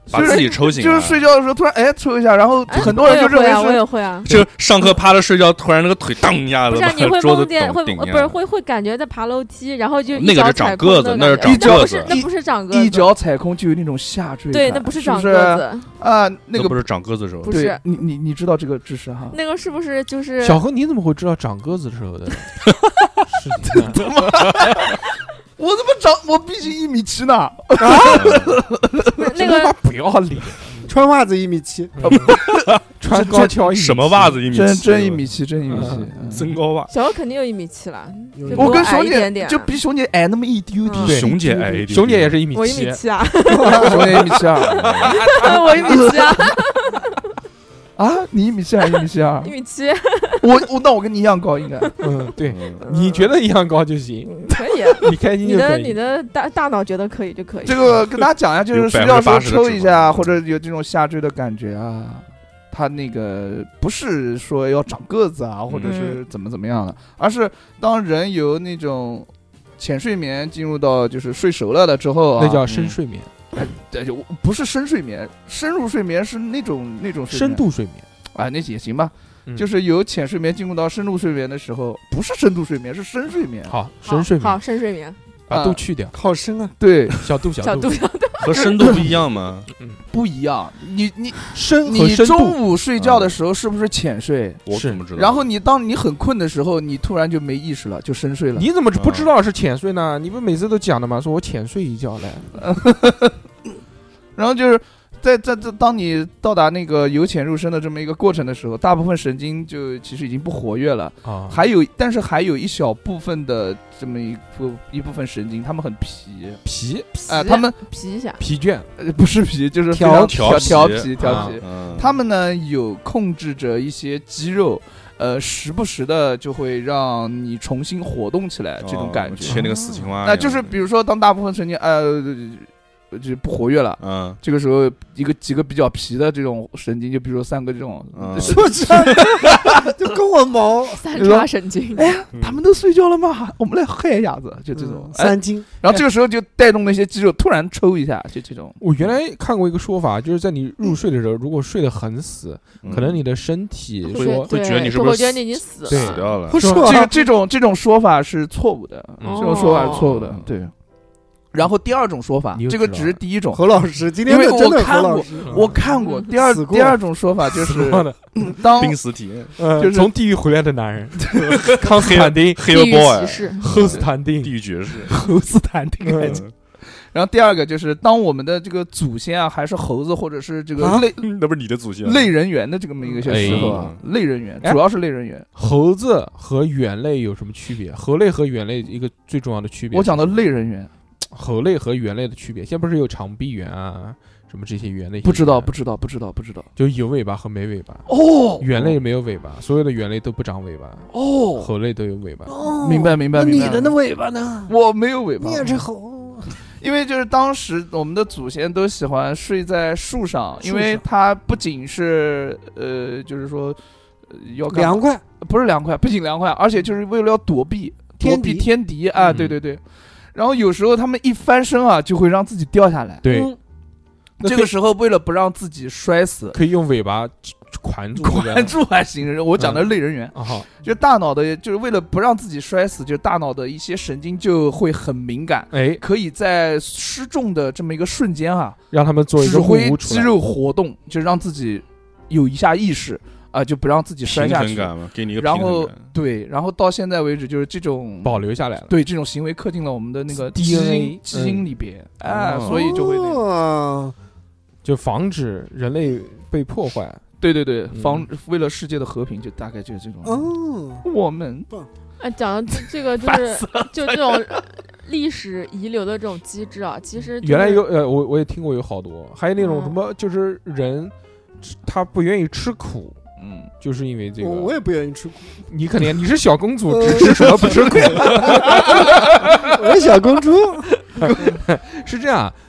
把自己抽醒， 就是睡觉的时候突然哎抽一下，然后很多人就认为我是也会啊， 就上课趴着睡觉，突然那个腿当一下子， 不是你会桌子梦见会顶不是会会感觉在爬楼梯，然后就那个是长个子，那是长个子， 那不是长个子， 一脚踩空就有那种下坠， 对，那不是长个子啊，那个不是长个子的时候， 不是你你你知道这个知识哈？ 那个是不是就是小何？你怎么会知道长个子的时候的？是的， 我怎么长？我毕竟一米七呢。啊， 那个不要脸， 穿袜子一米七， 穿高跷什么袜子一米七？ 真真一米七，真一米七， 增高袜。 小何肯定有一米七了， 我跟熊姐就比熊姐矮那么一丢丢。 熊姐矮一丢， 熊姐也是一米七， 我一米七啊， 熊姐一米七二， 我一米七啊。 啊，你一米七还是一米七二？ 一米七。 我我那我跟你一样高，应该。 嗯，对，你觉得一样高就行， 可以， 你开心就可以。 你的你的大大脑觉得可以就可以。 这个跟大家讲一下，就是睡觉时候抽一下，或者有这种下坠的感觉啊，它那个不是说要长个子啊，或者是怎么怎么样的，而是当人由那种浅睡眠进入到就是睡熟了的之后啊， 那叫深睡眠。 哎，对，不是深睡眠，深入睡眠是那种那种深度睡眠， 啊，那也行吧。 嗯、 就是由浅睡眠进入到深度睡眠的时候，不是深度睡眠，是深睡眠。 好，深睡眠， 好，深睡眠， 把度去掉， 好深啊！ 对， 小度小度小度， 和深度不一样吗？ 嗯，不一样。你你深和你深度， 中午睡觉的时候是不是浅睡？ 我怎么知道？ 然后你当你很困的时候，你突然就没意识了，就深睡了。 你怎么不知道是浅睡呢？你不每次都讲的吗？说我浅睡一觉来。 然后就是在在在当你到达那个由浅入深的这么一个过程的时候，大部分神经就其实已经不活跃了啊，还有但是还有一小部分的这么一部一部分神经，他们很疲疲啊，他们疲一下疲倦， 呃不是疲就是调调调皮调皮，他们呢有控制着一些肌肉。呃，时不时的就会让你重新活动起来，这种感觉， 切那个死青蛙。 那就是比如说，当大部分神经呃就不活跃了，嗯，这个时候一个几个比较皮的这种神经，就比如说三个这种， 说这就跟我毛三叉神经。 哎呀，他们都睡觉了吗？我们来嗨一下子，就这种三斤。 然后这个时候就带动那些肌肉突然抽一下，就这种。 我原来看过一个说法，就是在你入睡的时候，如果睡得很死，可能你的身体说会觉得你是不是会觉得你已经死了， 死掉了。 这个这种这种说法是错误的，这种说法是错误的，对。然后第二种说法，这个只是第一种。 何老师，今天因为我看过，我看过第二第二种说法就是当濒死体验， 就是从地狱回来的男人，康斯坦丁， 黑 boy， 侯斯坦丁， 地狱爵士， 侯斯坦丁。然后第二个就是当我们的这个祖先啊，还是猴子或者是这个类， 那不是你的祖先， 类人猿的这么一个些时候啊，类人猿主要是类人猿。 猴子和猿类有什么区别？猴类和猿类一个最重要的区别， 我讲的类人猿。 猴类和猿类的区别，现在不是有长臂猿啊，什么这些猿类？ 不知道，不知道，不知道，不知道。 就有尾巴和没尾巴。 哦， 猿类没有尾巴，所有的猿类都不长尾巴。 哦， 猴类都有尾巴。 哦， 明白，明白，明白。 你的那尾巴呢？ 我没有尾巴。 你也是猴。 因为就是当时我们的祖先都喜欢睡在树上，因为它不仅是呃，就是说要凉快， 不是凉快，不仅凉快，而且就是为了要躲避躲避天敌啊，对对对。然后有时候他们一翻身啊，就会让自己掉下来。 对， 这个时候为了不让自己摔死， 可以用尾巴环住。 环住还行，我讲的类人猿，就大脑的，就是为了不让自己摔死，就大脑的一些神经就会很敏感， 哎， 可以在失重的这么一个瞬间啊， 让他们做一个指挥肌肉活动，就让自己有一下意识。啊，就不让自己摔下去， 给你一个然后对，然后到现在为止，就是这种保留下来了。 对，这种行为刻进了我们的那个 D N A 基因里边，哎，所以就会那个， 就防止人类被破坏。 对对对，防为了世界的和平，就大概就是这种。 哦， 我们哎，讲的这个就是就这种历史遗留的这种机制啊，其实原来有呃，我我也听过有好多，还有那种什么，就是人他不愿意吃苦。嗯，就是因为这个， 我也不愿意吃苦。 你肯定你是小公主，只吃什么不吃苦？ 我是小公主。 是这样，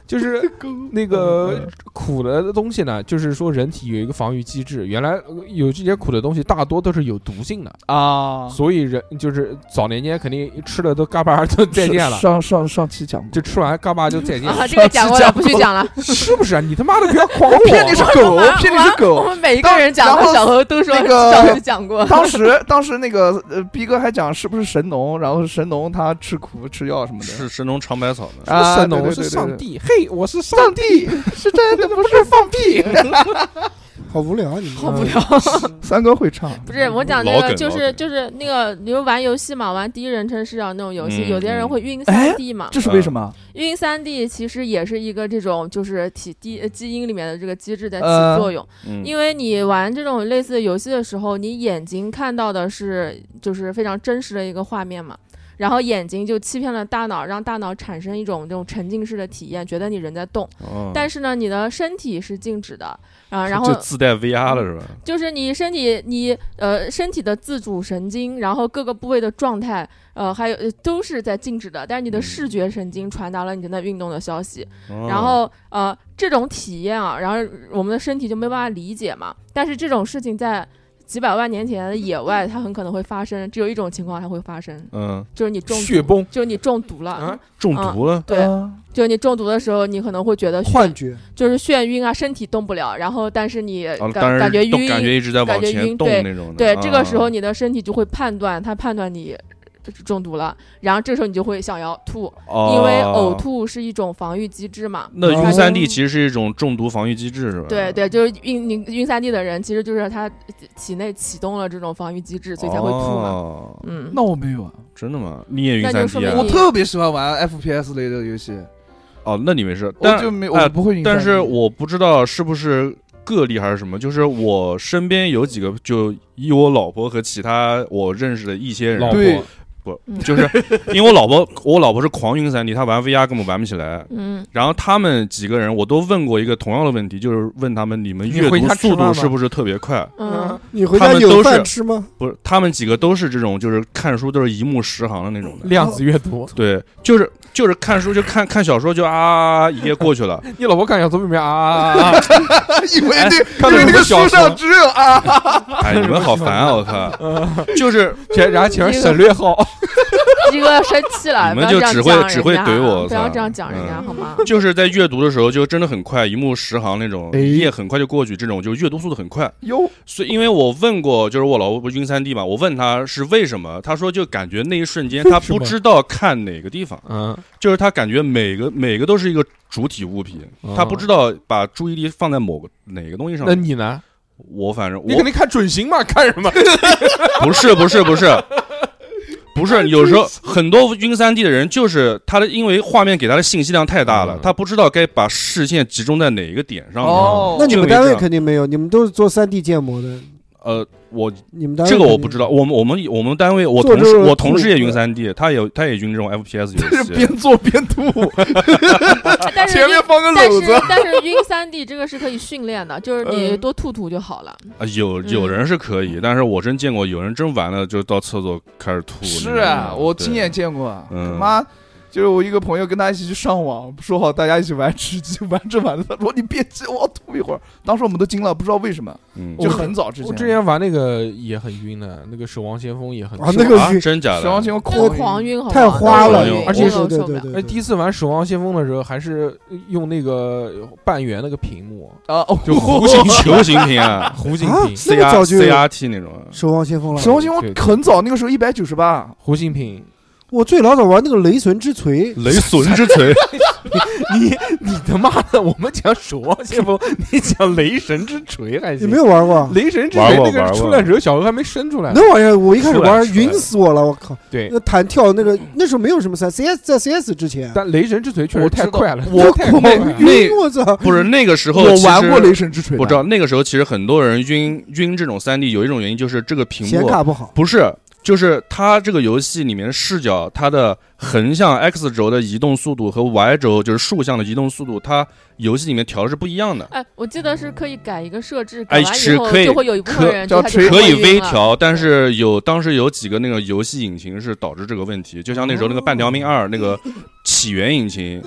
就是那个苦的东西呢，就是说人体有一个防御机制，原来有这些苦的东西大多都是有毒性的啊， 所以人就是早年间肯定吃了都嘎巴就再见了。 上上上期讲过， 就吃完嘎巴就再见了。 啊，这个讲过了，不许讲了。 是不是啊？你他妈的不要诓我！ 骗你是狗，骗你是我狗。 们每一个人讲然后过，小何都说那个小何讲过。 当时当时那个呃逼哥还讲是不是神农，然后神农他吃苦吃药什么的， 是神农尝百草的。 啊， 神农对对对对是上帝，嘿，我是上上帝是真的，不是放屁。 好无聊啊！你们好无聊。 三哥会唱， 不是我讲这老个，就是梗老梗就是那个，比如玩游戏嘛，玩第一人称视角那种游戏， 嗯有些人会晕哎三 D 嘛。 这是为什么？ 晕三 D 其实也是一个这种就是体基基因里面的这个机制在起呃作用， 嗯因为你玩这种类似的游戏的时候，你眼睛看到的是就是非常真实的一个画面嘛。然后眼睛就欺骗了大脑，让大脑产生一种这种沉浸式的体验，觉得你人在动。 哦但是呢，你的身体是静止的啊，然就后自带 V R 了是吧？ 就是你身体你呃身体的自主神经，然后各个部位的状态，呃还有呃都是在静止的，但是你的嗯视觉神经传达了你正在运动的消息， 哦然后呃这种体验啊，然后我们的身体就没办法理解嘛。但是这种事情在几百万年前的野外，它很可能会发生，只有一种情况它会发生， 嗯， 就是你中毒血崩就是你中毒了。 啊！ 中毒了。 对， 啊就是你中毒的时候，你可能会觉得眩幻觉， 就是眩晕啊，身体动不了，然后但是你哦， 感、 当然感觉晕， 动感觉一直在往感觉前动晕对那种的。 对， 啊这个时候你的身体就会判断，它判断你中毒了，然后这时候你就会想要吐， 哦因为呕吐是一种防御机制嘛。 那哦晕三 D 其实是一种中毒防御机制是吧？ 对对，就是晕你晕三 D 的人，其实就是他体内启动了这种防御机制，所以才会吐嘛。 哦嗯， 那我没有啊， 真的吗？你也晕那就三说 D 啊明？ 我特别喜欢玩 F P S 类的游戏， 哦，那你没事， 我但就没哎我不会晕但三 D。 是我不知道是不是个例还是什么，就是我身边有几个，就以我老婆和其他我认识的一些人， 老对婆不嗯就是因为我老婆，我老婆是狂晕三 D，她玩 V R 根本玩不起来。 嗯， 然后他们几个人，我都问过一个同样的问题，就是问他们你们阅你回读速家吃饭吗度是不是特别快？ 嗯， 你回家有他们都是饭吃吗？ 不是，他们几个都是这种，就是看书都是一目十行的那种的。 量子阅读。 对，就是就是看书就看看小说就啊一页过去了。 你老婆看小说里面啊啊啊啊！ 以为那看的因为那个什么小说？ 书上只有啊， 哎，你们好烦啊！我靠，就是前然后前面省略号， 鸡哥生气了， 你们不要这样就只会讲人只会家怼我操不要这样讲人家嗯好吗？ 就是在阅读的时候就真的很快，一目十行那种， 哎一页很快就过去，这种就阅读速度很快。 哟， 所以因为我问过，就是我老婆不是晕三 D 嘛，我问她是为什么，她说就感觉那一瞬间她不知道看哪个地方， 嗯， 就是她感觉每个每个都是一个主体物品， 哦她不知道把注意力放在某个哪个东西上面。 那你呢？ 我反正我你肯定看准星嘛？看什么？ 不是不是不是。不是，有时候很多晕三 D 的人就是他的，因为画面给他的信息量太大了， 嗯他不知道该把视线集中在哪一个点上面。 哦那你们单位就会这样肯定没有，你们都是做三 D 建模的， 呃，我你们单位这个我肯定不知道，我们我们我们单位我同事做这个我同事也吐晕三 D，他也他也晕这种 F P S 游这是戏。 边做边吐， 但是晕前面放个但篓子是。但是晕三 D 这个是可以训练的，就是你嗯多吐吐就好了。 啊，有有人是可以，但是我真见过有人真完了就到厕所开始吐。 是啊，我亲眼见。 见过， 嗯妈。就是我一个朋友跟他一起去上网，说好大家一起玩吃鸡，玩着玩着，他说你别急，我要吐一会儿。当时我们都惊了，不知道为什么， 嗯， 就很早之前。 我之前玩那个也很晕的，那个守望先锋也很啊晕啊那个晕真假的？ 小王星那个狂晕好不好太花了那个晕而且那个对对受不了哎， 对对第一次玩守望先锋的时候，还是用那个半圆那个屏幕， 啊，哦就弧形球形屏啊啊弧形屏， ，C 那么 R 早就 C R T 那种。 守望先锋了。 守望星对锋很早，那个时候一百九十八， 弧形屏。 我最老早玩那个雷神之锤， 雷神之锤， 你你他妈的，我们讲守望先锋，你讲雷神之锤还行？ 你没有玩过啊？ 雷神之玩锤那个过玩过出来的时候，小何还没生出来。 那玩意儿我一开始玩出来出来晕死我了，我靠！ 对那，弹跳那个那时候没有什么三 C S，在 C S 之前， 但雷神之锤确实我知道太快了， 我太快了。 那晕我操！ 不是那个时候， 我玩过雷神之锤的， 我知道那个时候其实很多人晕晕这种三 D，有一种原因就是这个屏显幕卡不好， 不是，就是它这个游戏里面的视角，它的横向 X 轴的移动速度和 Y 轴就是竖向的移动速度，它游戏里面调的是不一样的。 哎，我记得是可以改一个设置， 哎改完以后是可以就会有一部分人叫就开始可以会晕了。 微调，但是有当时有几个那个游戏引擎是导致这个问题，就像那时候那个《半条命二》那个起源引擎，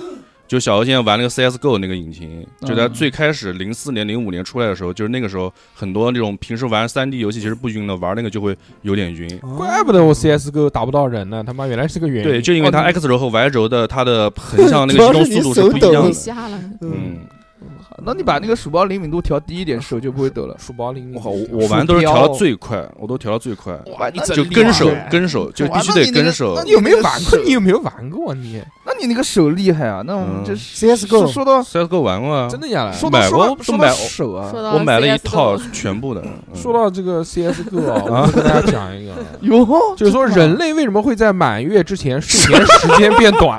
就小何现在玩那个 C S G O 那个引擎， 嗯就在最开始零四年、零五年出来的时候，就是那个时候很多那种平时玩三 D 游戏其实不晕的，玩那个就会有点晕。 哦怪不得我 C S G O 打不到人呢，他妈原来是个原因。 对，就因为它哦你 X 轴和 Y 轴的它的横向那个移动速度是不一主要是你手抖样的。 瞎了， 嗯， 那你把那个鼠标灵敏度调低一点，手就不会抖了。 鼠标灵敏我靠，我我玩都是调到最快，我都调到最快， 哇，你就跟手跟手就必须得跟手那。 你有没有玩过？ 那你有没有玩过？你那你那个手厉害啊！那我们嗯这 C S G O 说说到 C S G O 玩过啊， 真的假的？ 说到买过说到说到都买手啊， 说到我买了一 C S G O 套全部的。嗯说到这个 C S G O 啊，我跟大家讲一个， 哟， 就是说人类为什么会在满月之前睡眠时间变短？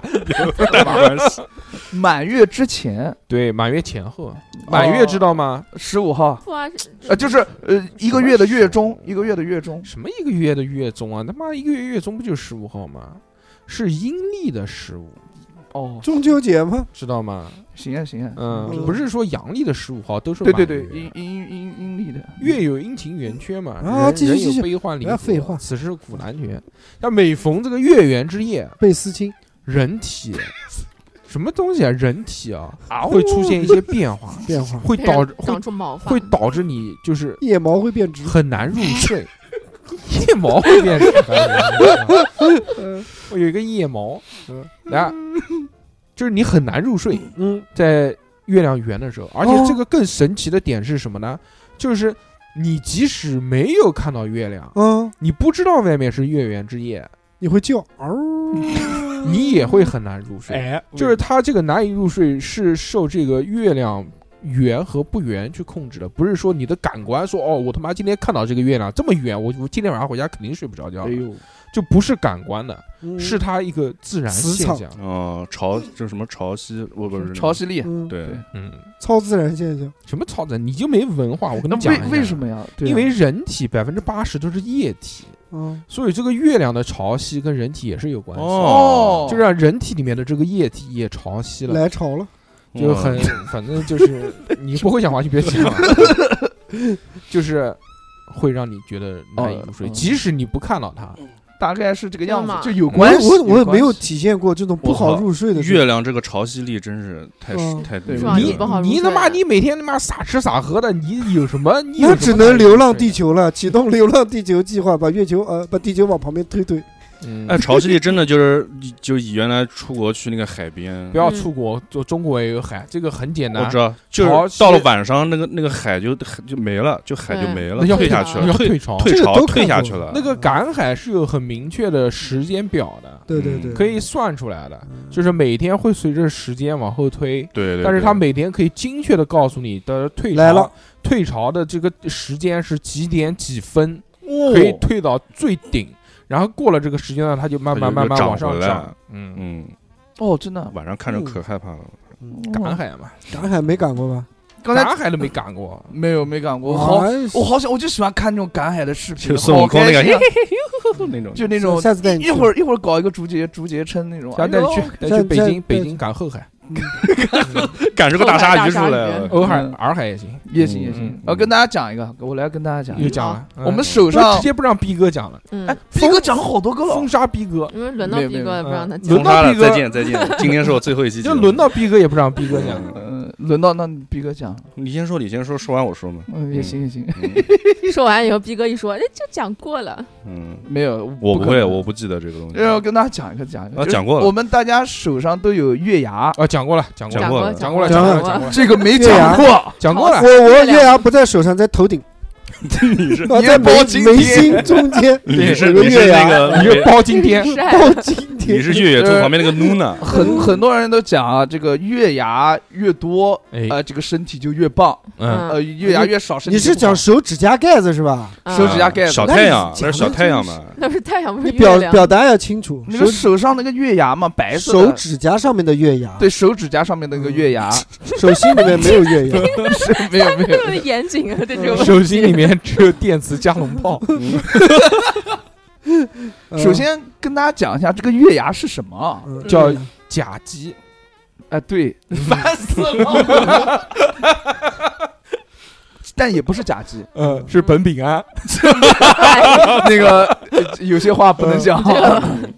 满月之前对，满月前后，满月知道吗？ 十五号， 不啊， 呃，就是呃一个月的月中，一个月的月中。 什么一个月的月中啊？他妈一个月月中不就十五号吗？是阴历的十五， 哦， 中秋节吗？ 知道吗？ 行啊行啊， 嗯， 嗯不是说阳历的十五号都是对满月对对，阴阴阴阴历的。 月有阴晴圆缺嘛， 啊人人有继续继续悲欢离合， 不要废话此事古难全。那每逢这个月圆之夜， 贝斯清人体什么东西啊？人体啊啊会出现一些变化， 变化， 会导致会长出毛发， 会导致你就是腋毛会变直。 很难入睡。腋毛会变直，我有一个腋毛，嗯，来，就是你很难入睡， 嗯， 在月亮圆的时候，而且这个更神奇的点是什么呢？就是你即使没有看到月亮， 啊， 你不知道外面是月圆之夜， 你会叫嗷， 你也会很难入睡。 哎， 就是它这个难以入睡是受这个月亮圆和不圆去控制的，不是说你的感官说哦，我他妈今天看到这个月亮这么圆，我我今天晚上回家肯定睡不着觉哎，呦， 就不是感官的， 嗯是它一个自然磁场现象。 哦，潮就什么潮汐，我不是潮汐力。 嗯， 对， 嗯， 超自然现象。 什么超自然？你就没文化，我跟那你讲一下为为什？么呀？对啊因为人体百分之八十都是液体， 嗯， 所以这个月亮的潮汐跟人体也是有关系的。 哦， 就让人体里面的这个液体也潮汐了， 来潮了。 就很，反正就是你不会讲话就别讲了，就是会让你觉得难以入睡， 哦即使你不看到它。 大概是这个样子真的吗， 就有我关系。 我我没有关系体现过这种不好入睡的事月亮这个潮汐力真是太嗯太对是吧你你不好入你他妈睡你每天他妈傻吃傻喝的，你有什么？你有那只什么难以能流浪入睡地球了，启动流浪地球计划，把月球呃把地球往旁边推推。 嗯哎，潮汐力真的就是就以原来出国去那个海边不，要出国，就中国也有海，这个很简单我知。道，就潮汐是到了晚上那个那个海就就没了，就海就没了， 那要退下去了， 要退退潮， 退潮这个都看过退下去了。 那个赶海是有很明确的时间表的， 对对对， 可以算出来的， 嗯就是每天会随着时间往后推。 对对， 但是对它每天可以精确的告诉你的退潮来了， 退潮的这个时间是几点几分， 哦可以退到最顶，然后过了这个时间段，它就慢慢它就涨慢慢往上回来涨。嗯， 嗯， 哦，真的。 晚上看着可害怕了。 嗯赶海嘛， 赶海没赶过吧？ 刚才赶海都没赶过。 没有没赶过，我好哎我好想，我就喜欢看那种赶海的视频， 就孙悟好空那个开心啊那种， 就那种下次带你去一会儿一会儿搞一个竹节竹节称那种， 下次带你去哎， 带下下去北京，北带京赶后海， 赶出个大鲨鱼出来后海大鲨了。 洱海嗯洱海也行。 呦也行也行嗯。 我跟大家讲一个，我来跟大家讲一个， 又讲了， 我们嗯手上直接不让逼哥讲了， 嗯哎，，逼哥讲了好多个了封，杀逼哥， 因为轮到没有没有逼哥也不让他嗯讲轮，到封杀了， 逼哥再见再见。今天是我最后一期节目， 就轮到逼哥也不让逼哥讲。 嗯，轮到那逼哥讲， 你先说，你先说，说完我说嘛。 嗯，也行也行， 嗯说完以后，逼哥一说，哎，就讲过了， 嗯， 没有， 我不会， 可能我不记得这个东西。 要跟大家讲一个讲一个，就是啊讲过了我们大家手上都有月牙， 啊，讲过了，讲过了， 讲过了讲过了， 讲过讲过了，讲过了， 这个没月牙讲过， 讲过了我。我月亮月牙不在手上，在头顶， 你是啊在眉包青眉天心中间你是有个你是月牙那个你是包青天， 是包青你天。 是月月兔旁边那个 Nuna， 很很多人都讲啊，这个月牙越多， 哎， 呃，这个身体就越棒， 嗯， 呃，月牙越少，身体你是就不棒讲手指甲盖子是吧？ 嗯手指甲盖子小太阳， 那你那是小太阳嘛。 那不是太阳，不是你表月亮， 表达要清楚， 那个手手上那个月牙嘛，白色手的， 指甲上面的月牙， 对，手指甲上面那个月牙， 手心里面没有月牙。 是没有没有这，么严谨啊，这种手心里面只有电磁加农炮。 呃首先跟大家讲一下这个月牙是什么啊？ 嗯叫甲基， 哎，对，烦死了，但也不是甲基， 呃，是苯丙胺。 那个呃有些话不能讲。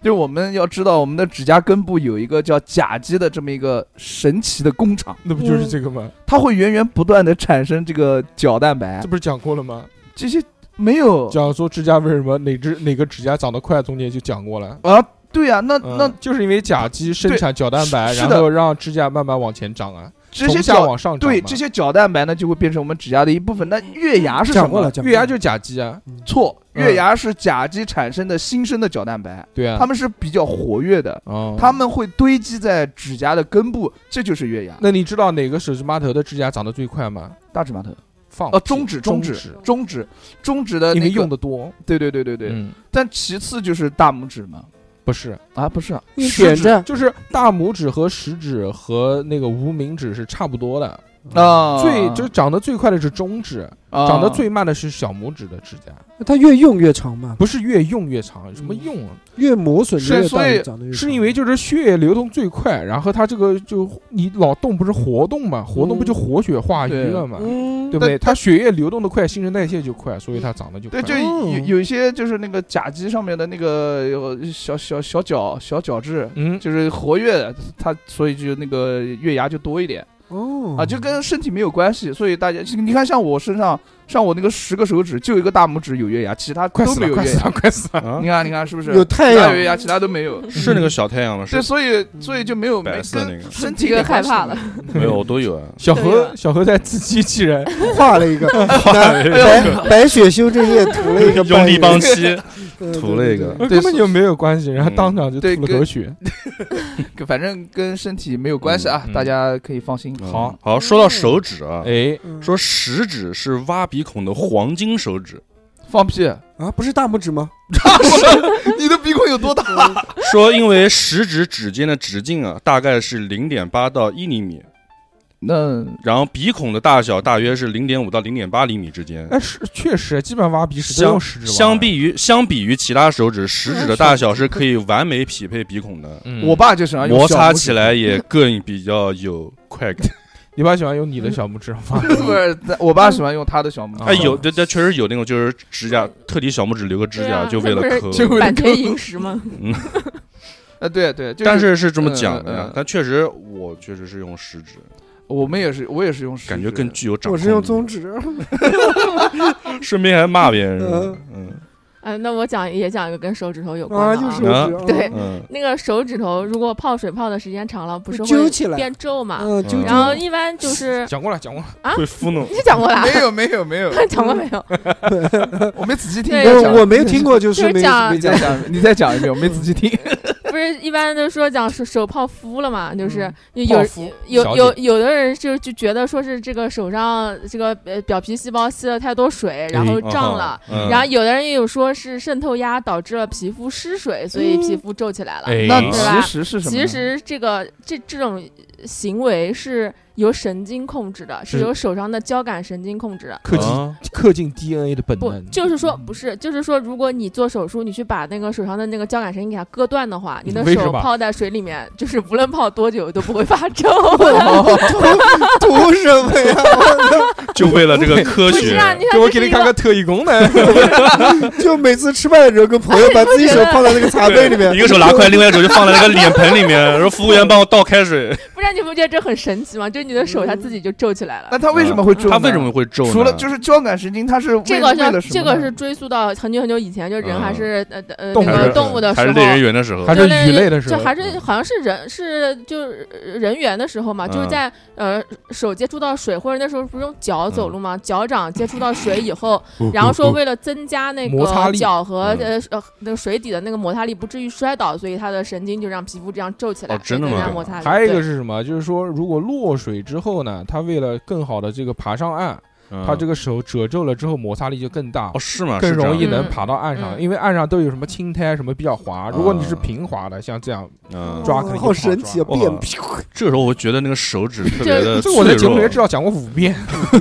就是我们要知道，我们的指甲根部有一个叫甲基的这么一个神奇的工厂， 那不就是这个吗？ 它会源源不断的产生这个角蛋白这。不是讲过了吗？ 这些没有讲说指甲为什么哪只哪个指甲长得快，中间就讲过了。 啊？对呀、啊，那、 嗯那就是因为甲基生产角蛋白， 是的然后让指甲慢慢往前长啊， 这些从下角往上长嘛。 对这些角蛋白呢，就会变成我们指甲的一部分。那月牙是什么？ 讲过了，讲过了月牙就是甲基啊， 错， 嗯月牙是甲基产生的新生的角蛋白， 对啊， 它们是比较活跃的， 哦， 它们会堆积在指甲的根部，这就是月牙。 那你知道哪个手指码头的指甲长得最快吗？ 大指码头， 放哦，中指，中指， 指，中指，中指的因为那个用的多。 对对对对对。 嗯， 但其次就是大拇指嘛， 不是， 啊，不是啊， 用食指点着就是大拇指和食指和那个无名指是差不多的。 啊， 最就是长得最快的是中指， 啊长得最慢的是小拇指的指甲。 它越用越长嘛， 不是越用越长，什么用啊？ 越磨损是越大， 所以长得越长是因为就是血液流动最快，然后它这个就你脑动不是活动嘛，活动不就活血化瘀了嘛， 嗯对不对？ 但它血液流动的快，新陈代谢就快，所以它长得就快。 对，就有有一些就是那个甲基上面的那个有小小小角小角质， 嗯， 就是活跃的，它所以就那个月牙就多一点哦啊，就跟身体没有关系。所以大家你看，像我身上，像我那个十个手指，就一个大拇指有月牙，其他快死了， 都没有月牙快死了，。快死了！ 啊你，看，你看是不是有太阳其他有月牙，其他都没有。 是那个小太阳吗？ 对， 是所以所以就没有没白色那个跟身体这个没关系害怕了。 没有，我都有啊。 小对啊何小何在自欺欺人， 画了一个白白雪修正液涂了一个用力帮半漆圆， 涂了一个， 对根本就没有关系，然后嗯当场就对跟吐了口血。 反正跟身体没有关系啊， 嗯嗯大家可以放心。 嗯好好，说到手指啊， 哎， 嗯说食指是挖鼻孔的黄金手指， 放屁！ 啊，不是大拇指吗？ 你的鼻孔有多大？ 说因为食指指尖的直径啊，大概是零点八到一厘米， 那然后鼻孔的大小大约是零点五到零点八厘米之间。 哎是确实，基本上挖鼻屎都相用食指挖。 相比于相比于其他手指，食指的大小是可以完美匹配鼻孔的， 嗯， 我爸就喜欢用摩擦小拇指起来也更比较有快感。 你爸喜欢用你的小拇指挖。 不是，我爸喜欢用他的小拇指。 啊哎，有这这确实有那种就是指甲特地小拇指留个指甲， 对啊就为了那抠。 就为了版权饮食吗？ 呃，对对，就但是是这么讲的嗯嗯嗯， 呀但确实我确实是用食指， 我们也是，我也是用食指， 感觉更具有掌控力。 我是用中指， 顺便还骂别人是吧嗯？ 嗯嗯，那我讲也讲一个跟手指头有啊， 关的又啊。 手指，啊对嗯那个手指头如果泡水泡的时间长了，不是会揪会起来变皱嘛？ 嗯，就然后一般就是讲过了，讲过了。 啊会糊弄。 你讲过啦？ 没有没有没有， 讲过没有？ 我没仔细听对你讲。 我我没听过，就是没就是讲你再讲，你再讲一遍，我没仔细听。 不是一般都说讲手手泡敷了嘛？就是有有泡芙小有有姐有的人就就觉得说是这个手上这个呃表皮细胞吸了太多水，然后胀了。 嗯然后有的人也有说是渗透压导致了皮肤失水，所以皮肤皱起来了。 哎那对吧其实是什么呢？ 其实这个这这种行为是由神经控制的，是是由手上的交感神经控制的。 刻进啊刻进 D N A 的本不能，， 就是说不是，就是说，如果你做手术，你去把那个手上的那个交感神经给它割断的话，你的为什么手泡在水里面，就是无论泡多久都不会发皱。 图什么呀？ 就为了这个科学， 不是啊，你看给我这是一个给你看个特异功能。 就每次吃饭的时候跟朋友把自己手放在那个茶杯里面一，个手拿筷，另外一个手就放在那个脸盆里面，说服务员帮我倒开水。 不然你不觉得这很神奇吗？就是你的手它自己就皱起来了那。他为什么会皱呢？ 他为什么会皱呢？ 除了就是交感神经，它是为这个叫为了什么呢这个是追溯到很久很久以前，就人还是呃呃动物那个动物的时候， 还是类人猿的时候， 还就是类鱼类的时候就还是好像是人是就是呃人猿的时候嘛，就是嗯在呃手接触到水，或者那时候不是用脚走路吗？脚掌接触到水以后，然后说为了增加那个摩擦力脚和嗯呃呃那个水底的那个摩擦力不至于摔倒，所以它的神经就让皮肤这样皱起来， 哦真的吗增加摩擦力。 还有一个对是什么？就是说，如果落水之后呢，它为了更好的这个爬上岸，它这个个手褶皱了之后，摩擦力就更大哦，是吗？ 更是这样容易能嗯爬到岸上。 嗯因为岸上都有什么青苔，什么比较滑。如果你是嗯平滑的，像这样嗯， 抓肯定好神奇啊！ 哇变这个时候我觉得那个手指特别的这个我在节目里面脆弱至少讲过五遍，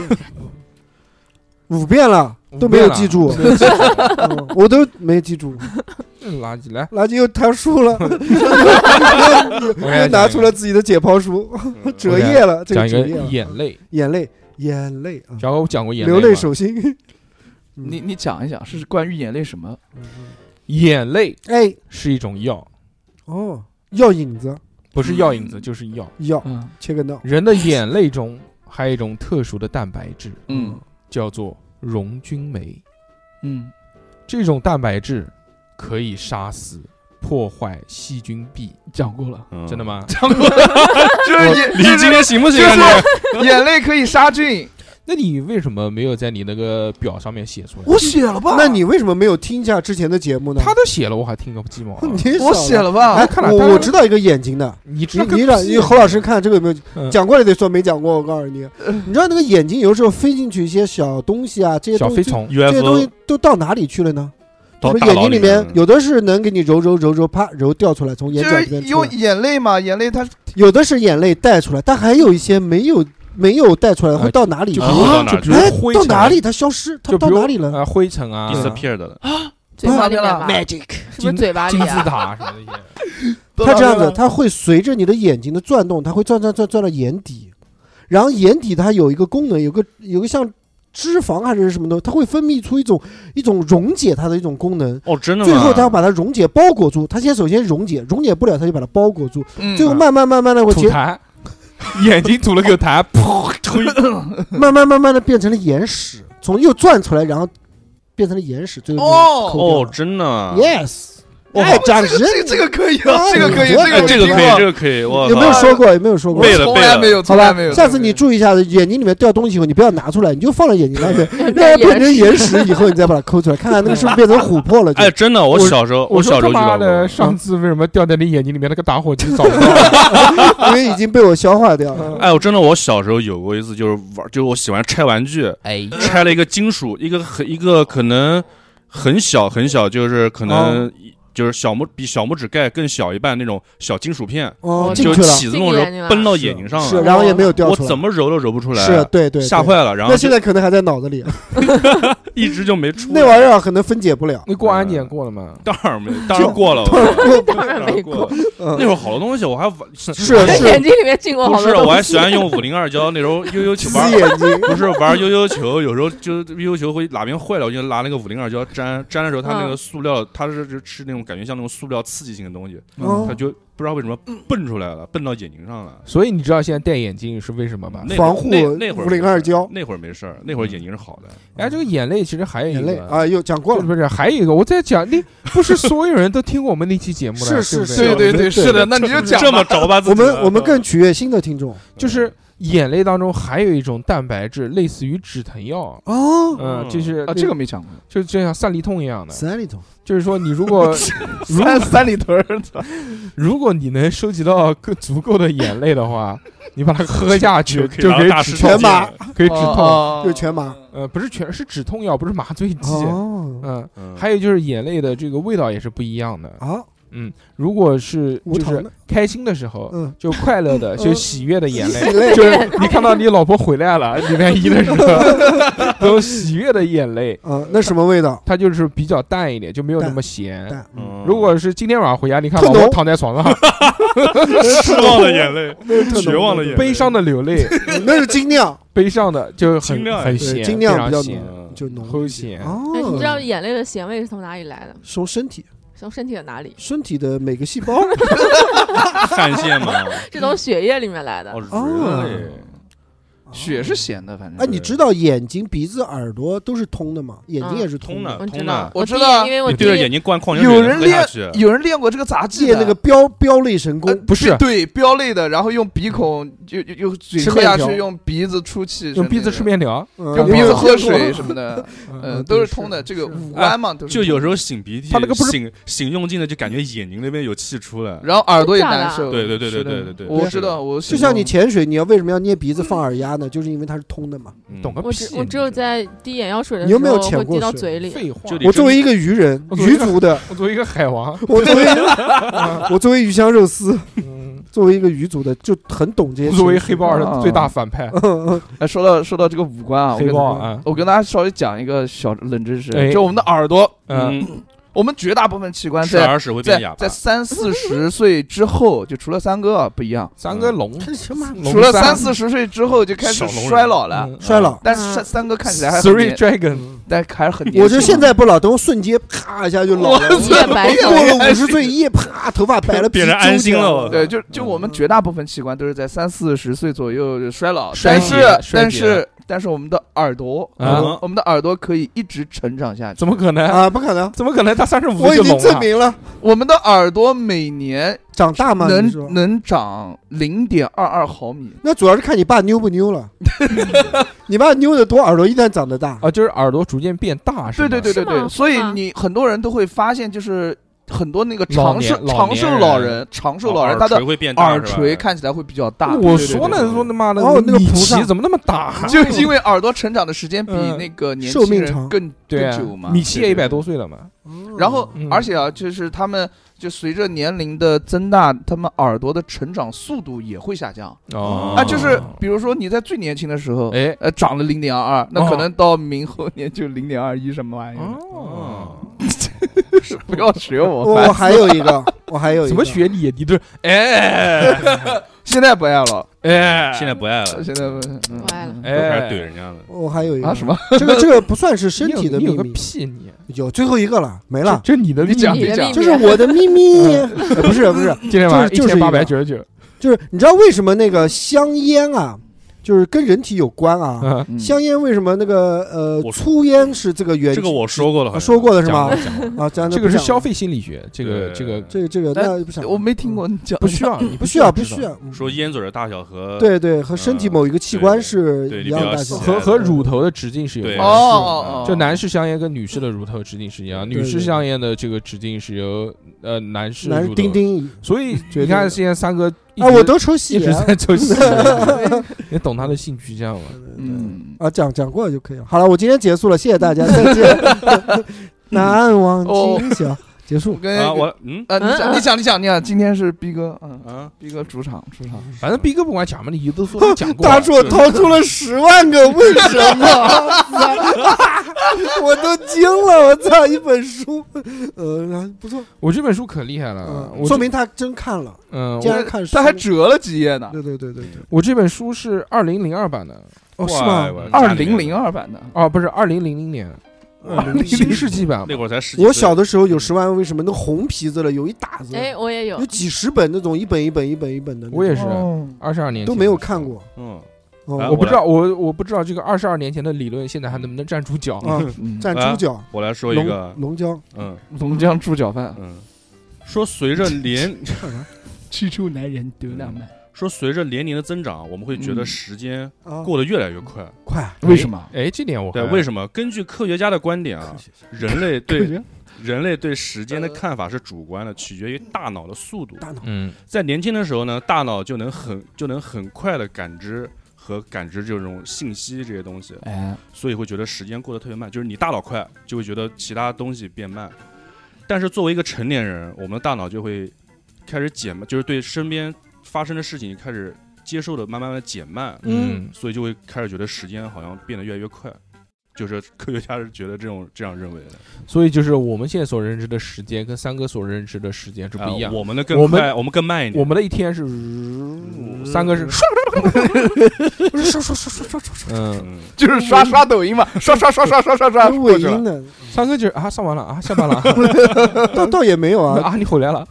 五遍了都没有记住， 五遍了嗯我都没记住。 嗯垃圾来， 垃圾又摊书了，又又拿出了自己的解剖书，折页了。这讲一个个折页了， 眼泪。 眼泪，眼泪啊， 小何，我讲过眼泪吗， 流泪手心。 你你讲一讲，是关于眼泪什么？ 眼泪哎， 是一种药， 哦，药引子， 不是药引子就是药。 药嗯切个脑。 人的眼泪中还有一种特殊的蛋白质， 嗯叫做溶菌酶。 嗯， 这种蛋白质可以杀死、破坏细菌壁。 讲过了， 嗯真的？吗？ 讲过了，就是眼你今天行不行啊？你眼泪可以杀菌。 那你为什么没有在你那个表上面写出来？ 我写了吧？ 那你为什么没有听一下之前的节目呢？ 他都写了，我还听个鸡毛啊！ 你我写了吧？ 哎， 看了我当然我知道一个眼睛的， 你知你你让你侯老师看这个有没有嗯讲过了得说没讲过，我告诉你，你知道那个眼睛有时候飞进去一些小东西啊，这些东西小飞虫， 这些东西 U F O 都到哪里去了呢？ 到是不大脑里是眼睛里面面有的是能给你揉揉揉揉，啪揉掉出来，从眼就是角里面出用来； 眼泪嘛，眼泪它有的是眼泪带出来，但还有一些没有没有带出来，会到哪里去？ 就比如啊到哪去就比如哎， 灰尘， 到哪里？它消失，它就比如到哪里了啊，灰尘啊， disappeared 的， 嘴巴里面吧， ？Magic， 是不是嘴巴里金字啊？ 塔什么的一些。 它这样子，它会随着你的眼睛的转动，它会转转转转到眼底，然后眼底它有一个功能，有个有个像脂肪还是什么的，它会分泌出一种一种溶解它的一种功能。 哦，真的吗？ 最后它要把它溶解包裹住，它先首先溶解，溶解不了它就把它包裹住， 嗯最后慢慢慢慢的会结， 吐痰，眼睛吐了个痰，噗，推慢慢慢慢的变成了眼屎，从又转出来，然后变成了眼屎，最后哦哦，真的啊。 ，yes， 哦哎，长人这个这个可以啊， 哎这个可以， 我觉得这个哎这个可以， 听过这个可以，我有没有操说过？有没有说过？ 背了从来没有， 好吧从来没有。 下次你注意一下，眼睛里面掉东西以后，你不要拿出来，你就放在眼睛那边，让它变变成眼屎以后，你再把它抠出来，看看那个是不是变成琥珀了。就哎，真的，我我小时候， 我说他小时候遇到妈的， 过。 上次为什么掉在你眼睛里面那个打火机找不到？ 因为已经被我消化掉了。 哎，我真的，我小时候有过一次，就是玩，就是我喜欢拆玩具， 哎， 拆了一个金属，一个很一个可能很小很小，就是可能就是小拇比小拇指盖更小一半那种小金属片， 哦， 我进去了， 就起子弄时进眼睛了候崩到眼睛上是， 了， 然后也没有掉我出来。 怎么揉都揉不出来， 是对对，对。 吓坏了，然后那现在可能还在脑子里， 一直就没出来。 那玩意儿可能分解不了。 你过安检过了吗？ 当然没，当然过了， 当然没过。 嗯那会儿好多东西我还玩是在眼睛里面进过不是， 好多东西。 我还喜欢用五零二胶，那时候悠悠球撕玩， 眼睛， 不是玩悠悠球，有时候就悠悠球会哪边坏了，我就拿那个五零二胶粘，粘的时候它那个塑料，它是是那种感觉像那种塑料刺激性的东西， 哦它就不知道为什么蹦出来了，蹦到眼睛上了。 所以你知道现在戴眼镜是为什么吧？ 那防护那那会儿五零二胶那会儿没事儿，那会儿眼睛是好的。 哎，这个眼泪其实还有一个眼泪啊，又讲过了。 不是不是，还有一个，我在讲，你不是所有人都听过我们那期节目的， 是是对不对对对对，是的，那你就讲吧这么着吧自我己， 们我们更取悦新的听众就是眼泪当中还有一种蛋白质，类似于止疼药， 哦。 嗯，就是啊，这个没讲过。 就就像三里痛一样的， 三里头， 就是说你如果如三三里屯儿， 如果你能收集到更足够的眼泪的话，你把它喝下去就可以就可以止痛让大师全麻， 可以止痛。 哦就是全麻。 呃，不是全是止痛药，不是麻醉剂。 哦嗯， 嗯还有就是眼泪的这个味道也是不一样的。 啊， 嗯，如果是就是无糖的， 开心的时候， 嗯， 就快乐的，就喜悦的眼喜泪， 泪就是你看到你老婆回来了，礼拜一的时候，那种喜悦的眼泪， 啊，那什么味道？ 它就是比较淡一点，就没有那么咸。 淡，嗯嗯如果是今天晚上回家，你看特浓老婆躺在床上， 失望的眼泪， 特浓绝望的眼泪， 悲伤的流泪， 那是精酿， 悲伤的就很精酿对很咸， 精酿非常咸比较浓， 嗯就浓齁咸。 哦哎，你知道眼泪的咸味是从哪里来的？ 从身体从身体的哪里？ 身体的每个细胞汗腺嘛， 是从血液里面来的。 哦， 哦 really？ 血是咸的，反正。 哎，你知道眼睛、鼻子、耳朵都是通的吗？眼睛也是通的。 我知通的道， 我知第一道你因为我第一对着眼睛灌矿泉水， 有人喝下去， 有人练过这个杂技的， 借那个标标类神功呃， 不是对标类的，然后用鼻孔就就用嘴吃喝下去， 面条用鼻子出气， 用鼻子吃面条， 嗯用鼻子喝水什么的， 嗯呃， 嗯都是对通的。这个是五官嘛，都是就有时候通擤鼻涕， 他那个不是擤擤用劲的，就感觉眼睛那边有气出来的，。然后耳朵也真假的难受。 对对对对是的对对对我知道，我就像你潜水，你要为什么要捏鼻子放耳压呢？就是因为它是通的嘛。 嗯懂个屁！ 我只我只有在滴眼药水的你有没有时候会滴到潜过水嘴里。 废话， 就得我作为一个鱼人， 我作为一个鱼族的， 我作为一个海王， 我作为我作为鱼香肉丝， 嗯， 作为一个鱼族的，就很懂这些情绪。 作为黑豹二的最大反派， 哎，说到说到这个五官啊，我黑跟豹啊， 我跟大家稍微讲一个小冷知识哎， 就我们的耳朵， 嗯， 嗯， 我们绝大部分器官时在而时会变哑巴。 在在三四十岁之后，就除了三哥啊不一样， 三哥聋， 什么龙除了三四十岁之后就开始小龙人衰老了。 嗯衰老？ 但是三三哥看起来还很 Three 年， Dragon， 但还是很年轻。 我就现在不老，等我瞬间啪一下就老了， 一夜白头过了五十岁一夜啪头发白了， 变成安心了我对，就就我们绝大部分器官都是在三四十岁左右衰老， 衰竭但是衰竭但是但是我们的耳朵， 啊我们的耳朵可以一直成长下去。 怎么可能？ 啊，不可能， 怎么可能？他三十五我已经岁就聋了？ 证明了我们的耳朵每年长大吗？你说能能长零点二二毫米。 那主要是看你爸妞不妞了，你爸妞的多，耳朵一旦长得大， 啊，就是耳朵逐渐变大，是对吗？ 是吗对对对对，所以是吗你很多人都会发现，就是很多那个老长寿年老长寿年人老人，长寿老人耳他的垂会变大， 耳是吧垂看起来会比较大。 我对对对说呢， 对说他妈的， 哦那个米菩萨奇怎么那么大？ 就因为耳朵成长的时间比嗯那个年轻寿命长人更对啊更久嘛。 米奇也一百对对对多岁了嘛。 然后嗯， 而且啊，就是他们就随着年龄的增大，他们耳朵的成长速度也会下降哦， 啊。就是比如说你在最年轻的时候， 哎， 呃，长了零点二二，那哦可能到明后年就零点二一，什么玩意儿？ 哦， 不要学我， 我烦死还有一个，我还有一个怎么学你？你都哎现在不爱了， 哎， 现在不爱了， 现在不嗯不爱了嗯都开哎始怼人家了。 我还有一个啊什么？ 这个这个不算是身体的你有你有个秘密， 屁你有最后一个了，没了， 这这你的秘密你讲你讲这是我的秘密，呃不是不是， 今天晚上一千八就是就是一个百九十九， 就是你知道为什么那个香烟啊，就是跟人体有关啊？ 嗯， 嗯香烟为什么那个呃我粗烟是这个原这个我说过了，好啊像说过的是吗？ 讲过啊，讲的这个是不讲消费心理学，这个对这个这个这个但那不想我没听过你讲， 不需要，你不需要不知道需要，嗯说烟嘴的大小和对对，和身体某一个器官是对一样大小对你比较喜和和乳头的直径是有对关哦系。 哦哦， 就男士香烟跟女士的乳头直径是一样， 对女士香烟的这个直径是由呃男士男乳头， 丁丁所以绝对你看现在三哥一啊， 直我都抽吸一直烟在抽戏，你懂他的性取向吗？ 嗯， 啊，讲讲过就可以了。好了，我今天结束了，谢谢大家，再见。难忘今宵，结我束。 跟啊，我嗯呃，你讲你讲你讲你讲，今天是逼哥，嗯， 啊， 逼哥主场主场， 反正逼哥不管讲嘛，你都说他讲过了。 大硕掏出了十万个为什么，我都惊了，我操！一本书，呃，不错， 我这本书可厉害了， 嗯， 我这说明他真看了， 嗯， 竟我然看书， 他还折了几页呢， 对对对对对， 我这本书是二零零二版的， 哦，是怪吗？ 我二零零二版的， 哦，不是二零零零年新世纪版那会儿才十几岁， 我小的时候有十万为什么那个红皮子的有一打子， 哎，我也有有，几十本那种一本一本一本一本的那种， 我也是哦二十二年前都没有看过。 嗯， 哦啊我不知道，我我不知道这个二十二年前的理论现在还能不能站住脚。 啊， 嗯蘸猪脚、 我来说一龙个， 龙江， 嗯龙江猪脚饭， 嗯，说随着年吃出男人得浪漫， 说随着年龄的增长，我们会觉得嗯时间啊， 过得越来越快。 快， 为什么？ 哎，这点我对， 还为什么？根据科学家的观点啊科，学家人类科对学人类对时间的看法是主观的，取决于大脑的速度。 大脑嗯在年轻的时候呢，大脑就能很就能很快的感知和感知这种信息这些东西， 哎， 所以会觉得时间过得特别慢。就是你大脑快，就会觉得其他东西变慢。但是作为一个成年人，我们的大脑就会开始减慢，就是对身边发生的事情开始接受的慢慢的减慢， 嗯， 所以就会开始觉得时间好像变得越来越快。就是科学家是觉得这种这样认为的， 所以就是我们现在所认知的时间跟三哥所认知的时间是不一样呃。我们的更我们快，我们更慢一点。 我们的一天是，三哥是， 刷刷刷刷刷刷嗯， 嗯， 就是刷刷抖音嘛，刷刷刷刷刷刷刷， 刷，尾音的， 三哥就是啊，上完了啊，下班了倒倒也没有啊， 啊，你回来了，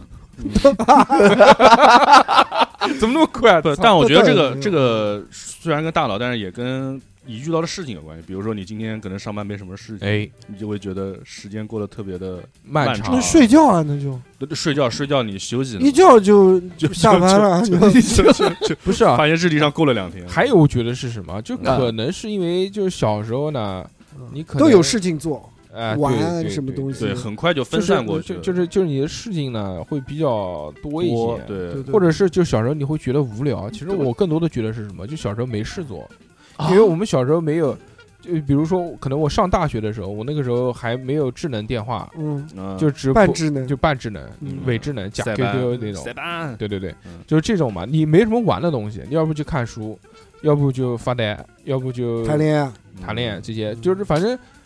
怎么那么快？ 不， 操但我觉得这倒也没有个这个虽然跟大脑，但是也跟你遇到的事情有关系。比如说你今天可能上班没什么事情， 哎， 你就会觉得时间过得特别的漫漫长那睡觉啊，那就对对睡觉睡觉你休息呢一觉就就下班了， 就就就就就不是啊， 发现日历上过了两天。 还有我觉得是什么？就啊可能是因为就是小时候呢，你可能都有事情做， 哎玩对对对什么东西对，很快就分就是散过去了， 就就是就是你的事情呢会比较多一些， 多对对对或者是就小时候你会觉得无聊。其实对我更多的觉得是什么？就小时候没事做， 啊因为我们小时候没有，就比如说可能我上大学的时候，我那个时候还没有智能电话， 嗯， 嗯就只半智能就半智能、 嗯伪智能、假塞 Q 班 Q 那种塞。班， 对对对嗯， 就是这种嘛。你没什么玩的东西，你要不就看书，要不就发呆，要不就谈恋爱， 谈恋爱这些，就是反正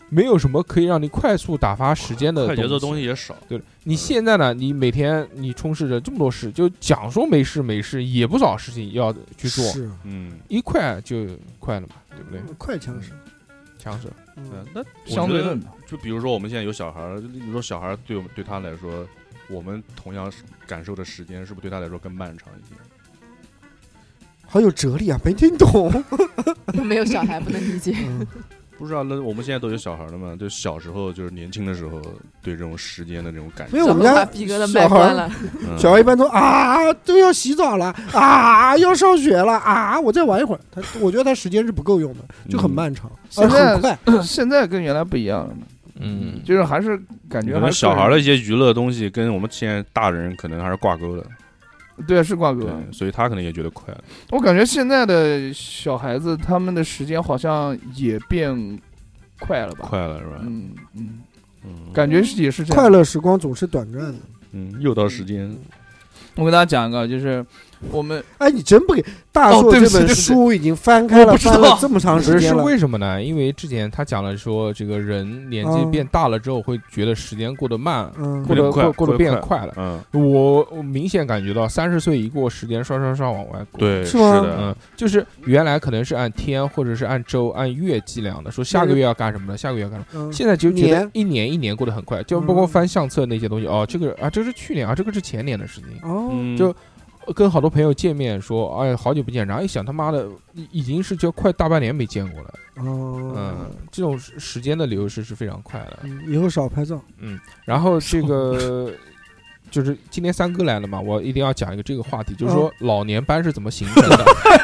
没有什么可以让你快速打发时间的快节奏西东西也少。 对，你现在呢？你每天你充斥着这么多事，就讲说没事没事，也不少事情要去做， 是嗯， 一快就快了嘛，对不对？ 快枪手， 强势， 对嗯， 那相对论嘛。 就比如说我们现在有小孩儿，比如说小孩儿对我们对他来说，我们同样感受的时间，是不是对他来说更漫长一些？ 好有哲理啊，没听懂。 没有小孩不能理解。 嗯不知道，那我们现在都有小孩了嘛？就小时候，就是年轻的时候，对这种时间的这种感觉。 所以我们家把逼哥的小孩儿麦关了， 嗯小孩一般都啊都要洗澡了啊，要上学了啊，我再玩一会儿。他我觉得他时间是不够用的，就很漫长，而现在很快。 现在跟原来不一样了嘛， 嗯， 就是还是感觉还是可能小孩的一些娱乐东西跟我们现在大人可能还是挂钩的， 对是挂钩对。，所以他可能也觉得快了。 我感觉现在的小孩子他们的时间好像也变快了吧？ 快了是吧？ 嗯嗯， 嗯感觉是也是这样。 快乐时光总是短暂的。 嗯，又到时间， 我跟大家讲一个，就是我们哎，你真不给大哦硕这本对不起对不起书已经翻开了， 我不知道翻了这么长不是是时间了。 为什么呢？因为之前他讲了说，这个人年纪嗯变大了之后，会觉得时间过得慢， 嗯过得有点快过过得过得变快快了。 嗯， 我我明显感觉到三十岁一过，时间刷刷刷往外过。 对， 是吗的， 嗯，就是原来可能是按天或者是按周、按月计量的，说下个月要干什么的，下个月要干什么。 嗯现在就觉得年一年一年过得很快，就包括嗯翻相册那些东西，哦，这个啊，这是去年啊，这个是前年的事情。 哦， 嗯， 就跟好多朋友见面说，哎，好久不见，然后一想他妈的，已已经是就快大半年没见过了。 哦， 嗯，这种时时间的流逝是非常快的。 嗯，以后少拍照。 嗯，然后这个就是今天三哥来了嘛，我一定要讲一个这个话题，就是说老年斑是怎么形成的。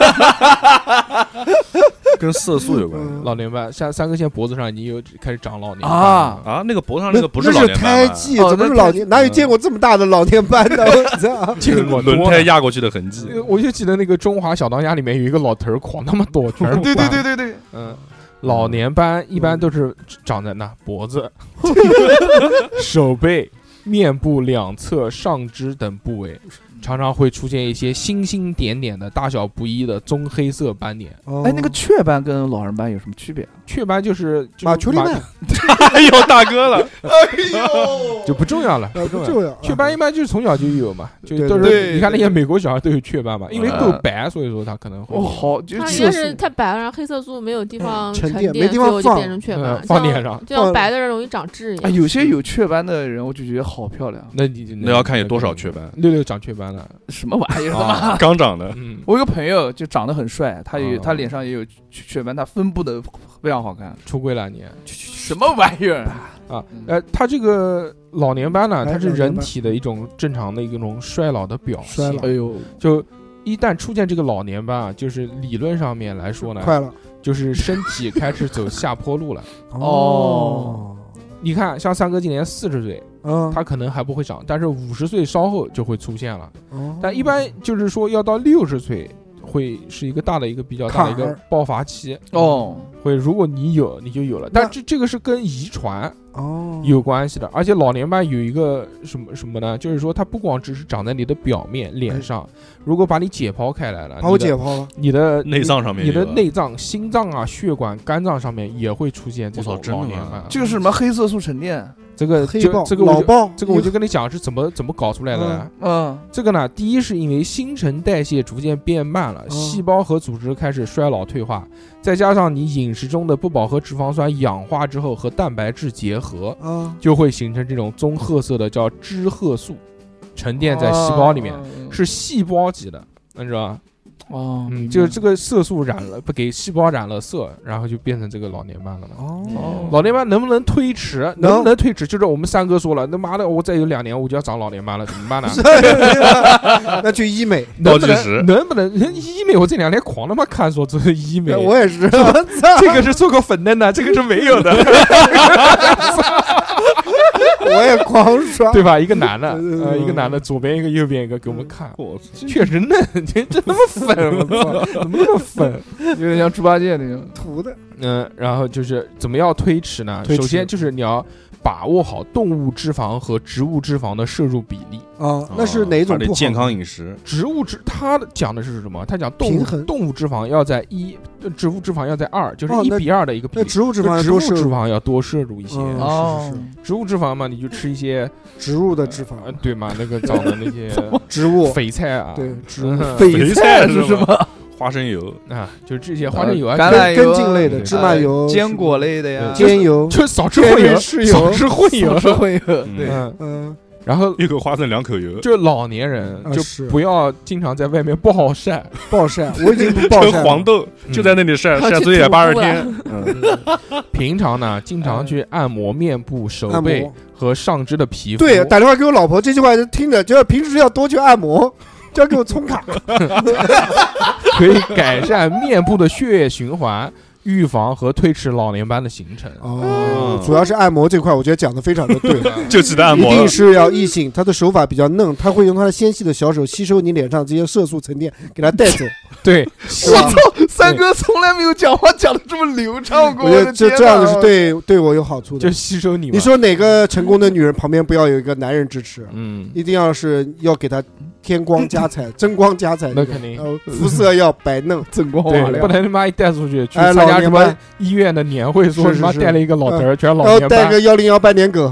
跟色素有关系嗯老年斑，像三哥现在脖子上已经有开始长老年斑啊了啊。那个脖子上那那个不是那老年斑吧胎记， 哦那胎怎么是老年？哪有见过这么大的老年斑的？我操！ 见过多轮胎压过去的痕迹。 呃我就记得那个《中华小当家》里面有一个老头儿狂他妈多，全是对对斑对对对， 嗯，老年斑一般都是长在哪？脖子、手背、面部两侧、上肢等部位，常常会出现一些星星点点的、大小不一的棕黑色斑点。 哎，那个雀斑跟老人斑有什么区别？ 雀斑就是就是马丘利曼， 哎呦，大哥了， 就不重要了， 呃不重要。 不重要。 雀斑一般就是从小就有嘛，就对都对是你看那些美国小孩都有雀斑嘛，因为够嗯白，所以说他可能会哦，好，就它是应该是太白了，然后黑色素没有地方沉淀， 淀没地方最后就放变成雀嗯斑，像放脸上就像白的人容易长痣一哎， 样。 有些有雀斑的人，我就觉得好漂亮， 那你那要看有多少雀斑。 六六长雀斑了， 什么玩意儿？ 啊刚长的， 嗯， 我有个朋友就长得很帅，他有哦他脸上也有雀雀斑，他分布的非常好看。 出柜了你什么玩意儿？ 啊嗯， 呃，他这个老年斑呢， 哎它是老年斑人体的一种正常的一种衰老的表现衰老。 哎呦， 就一旦出现这个老年斑啊，就是理论上面来说呢， 快了。 就是身体开始走下坡路了。 哦， 你看，像三哥今年四十岁， 嗯， 他可能还不会长，但是五十岁稍后就会出现了。 哦但一般就是说要到六十岁，会是一个大的一个比较大的一个坎儿爆发期。 哦， 会如果你有，你就有了。但这这个是跟遗传哦有关系的，而且老年斑有一个什么什么呢？就是说它不光只是长在你的表面脸上，如果把你解剖开来了， 把我解你的剖了。 你的内脏上面你的有啊内脏、心脏啊、血管、肝脏上面也会出现这种我操真的吗老年斑。 这个是什么黑色素沉淀？ 这个黑豹、 就这个我就老豹， 这个我就跟你讲是怎么怎么搞出来的呢？ 嗯， 这个呢，第一是因为新陈代谢逐渐变慢了， 嗯细胞和组织开始衰老退化，再加上你饮食中的不饱和脂肪酸氧化之后和蛋白质结合， 啊， 就会形成这种棕褐色的叫脂褐素，沉淀在细胞里面，是细胞级的，你知道吧？ 哦， 嗯，就是这个色素染了，不给细胞染了色，然后就变成这个老年斑了嘛。 哦， 老年斑能不能推迟？ 能能不能推迟？就是我们三哥说了，他妈的，我再有两年我就要长老年斑了，怎么办呢？ 那去医美， 能不倒计时能？能不能？医美我这两天狂他妈看说这是医美， 我也是， 这个是做过粉嫩的，这个是没有的， 我也狂刷。 对吧？一个男的， 对对对呃，一个男的，左边一个，右边一个，给我们看， 我确实嫩，这这他妈粉，我操，怎么那么粉？ 有点像猪八戒那种。 涂的， 嗯，然后就是怎么样推迟呢？ 推迟首先就是你要把握好动物脂肪和植物脂肪的摄入比例。 啊，那是哪种不好？ 还得健康饮食？ 植物脂，它讲的是什么？它讲动物平衡动物脂肪要在一，植物脂肪要在二，就是哦那一比二的一个比例。 那植物脂就植物肪要多摄入脂肪要多摄入一些。 嗯哦是是是植物脂肪嘛，你就吃一些植物的脂肪， 呃，对嘛，那个长的那些植物肥菜啊， 对植物嗯肥菜是什么？ 花生油， 啊，就是这些花生油啊， 橄榄油根茎类的对芝麻油、 呃坚果类的呀， 煎油， 就少吃混油， 是少吃混油， 是会有嗯对。 嗯， 嗯然后一口花生两口油， 就老年人啊就是不要经常在外面不好晒， 暴晒，我已经不暴跟晒了黄豆就在那里晒，晒足也八十天。嗯， 平常呢经常去按摩面部、手按背摩。 和上肢的皮肤。 对，打电话给我老婆，这句话就听着，就要平时要多去按摩，就要给我充卡。 可以改善面部的血液循环，预防和推迟老年斑的形成。 哦，主要是按摩这块，我觉得讲的非常的对。 就记得按摩了一定。是要异性，他的手法比较嫩，他会用他的纤细的小手吸收你脸上这些色素沉淀，给它带走。 对， 是吧？ 三哥从来没有讲话讲的这么流畅过， 我觉得的天这这样的哪是对对我有好处就的。 吸收你嘛。 你说哪个成功的女人旁边不要有一个男人支持？ 嗯， 一定要是要给她添光加彩、增光加彩种， 那肯定呃肤色要白嫩。 锃光瓦对， 亮不能他妈一带出去去哎参加什么老年斑医院的年会，说是是是他妈带了一个老头儿，全是然后老年斑， 带个幺零幺斑点狗，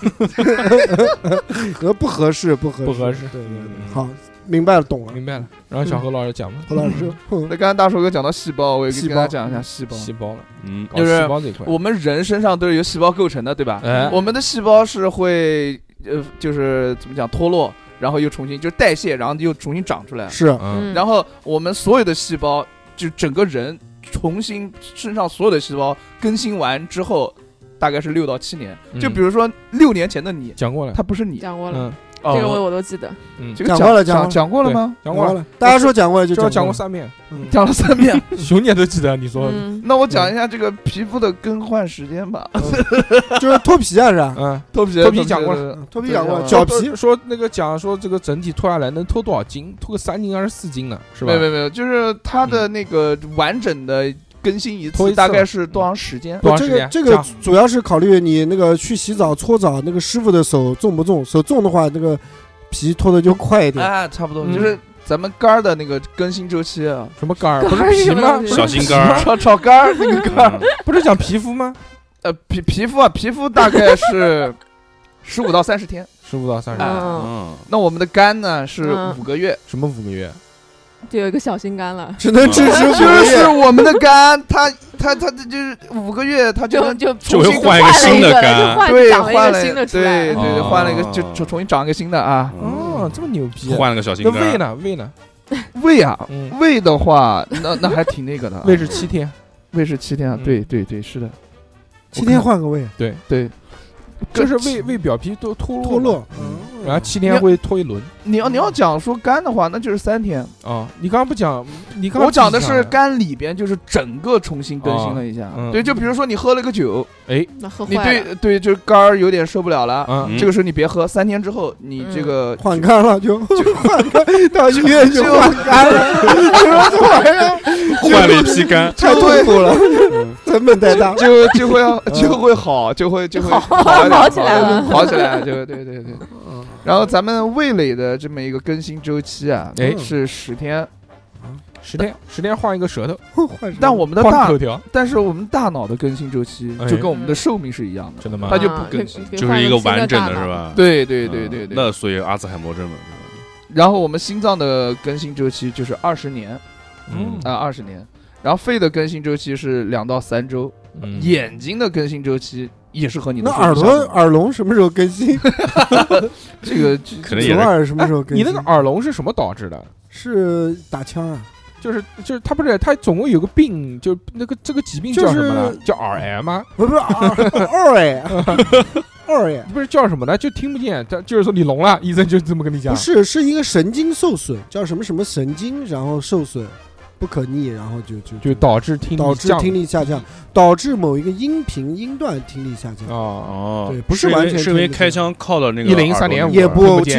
呃不合适，不合适， 不合适对对对， 嗯好，明白了，懂了。 明白了。然后小何老师讲吧， 何老师，哼那刚才大叔哥讲到细胞，我也细胞跟大家讲一下细胞。 细胞了， 嗯， 搞就是细胞这一块， 我们人身上都是由细胞构成的，对吧？ 哎我们的细胞是会呃，就是怎么讲脱落，然后又重新就是代谢，然后又重新长出来。 是嗯， 然后我们所有的细胞，就整个人重新身上所有的细胞更新完之后，大概是六到七年。 嗯就比如说六年前的你， 讲过了， 他不是你， 讲过了， 嗯哦这个我我都记得。 嗯， 这个讲过了讲过了讲讲过了吗？ 讲过了， 大家说讲过了就这要讲过了。 过三遍， 讲了三遍。 熊姐都记得，你说， 嗯， 那我讲一下这个皮肤的更换时间吧。 就是脱皮啊，是吧？ 嗯， 脱皮脱皮讲过了了， 脱皮讲过了， 对脚皮说那个讲说这个整体脱下来能脱多少斤？脱个三斤还是四斤呢？是吧没有？没有没有，就是它的那个完整的更新一次脱一次大概是多长时间？ 这多长时间？ 个这个主要是考虑你那个去洗澡搓澡那个师傅的手重不重，手重的话那个皮脱的就快一点。 哎，差不多， 嗯就是咱们肝儿的那个更新周期啊， 什么肝儿？ 肝儿不是皮吗？ 是什么东西小心肝儿。 炒炒肝儿那个肝儿， 嗯不是讲皮肤吗？ 呃，皮皮肤啊，皮肤大概是十五到三十天。 十五到三十哎天， 嗯， 嗯， 那我们的肝呢是嗯五个月， 什么五个月？ 就有一个小心肝了， 只能支持五就个是月。 我们的肝，它它它就是五个月，它就能就就就会重新换一个新的了肝就换对长了一换了个新的出对来对。对， 哦换了一个就就重新长一个新的啊。 哦，这么牛逼！ 换了个小心肝儿。 那胃呢？胃呢？ 胃啊， 嗯， 胃的话，那那还挺那个的啊。 胃是七天， 胃是七天啊， 嗯对对对，是的， 七天换个胃， 对。 就是胃胃表皮都脱落， 脱落，， 然后七天会脱一轮。 你要你要讲说肝的话，那就是三天。 啊，你刚刚不讲，你刚刚我讲的自己是肝里边，就是整个重新更新了一下。 哦嗯对，就比如说你喝了个酒， 哎， 那喝你坏了， 对对，就是肝儿有点受不了了， 啊， 嗯这个时候你别喝，三天之后你这个换肝了就就换肝，到医院就换肝了，什么这玩意儿？ 换了一批肝。 太痛苦了，成本太大。 就就会就会好，就会就会好好一点好起来了好起来，就对对对。然后咱们味蕾的这么一个更新周期啊， 哎是十天， 十天十天换一个舌头， 换什么但我们的大换口条， 但是我们大脑的更新周期哎就跟我们的寿命是一样的。 真的吗它？就不啊更新可以可以就是一个完整换新大脑的是？吧？ 对对对嗯对对。 那所以阿兹海默症了， 然后我们心脏的更新周期就是二十年嗯啊，二十年。然后肺的更新周期是两到三周， 嗯眼睛的更新周期也是和你的那耳朵寿命相同耳聋什么时候更新？ 这个可能也是左耳什么时候更新？ 你那个耳聋是什么导致的？ 是打枪啊？ 就是就是他不是他总共有个病，就那个这个疾病叫什么呢？ 就是叫耳癌吗？ 不是耳二哎，二哎， 不是叫什么呢？就听不见，他就是说你聋了，医生就这么跟你讲不。是，是一个神经受损，叫什么什么神经，然后受损不可逆，然后就就就导致听力导致降听力下降，导致某一个音频音段听力下降。 哦， 哦， 对不是因为完全是因为听不见开枪靠到那个一零三点五也不， 听不见其实其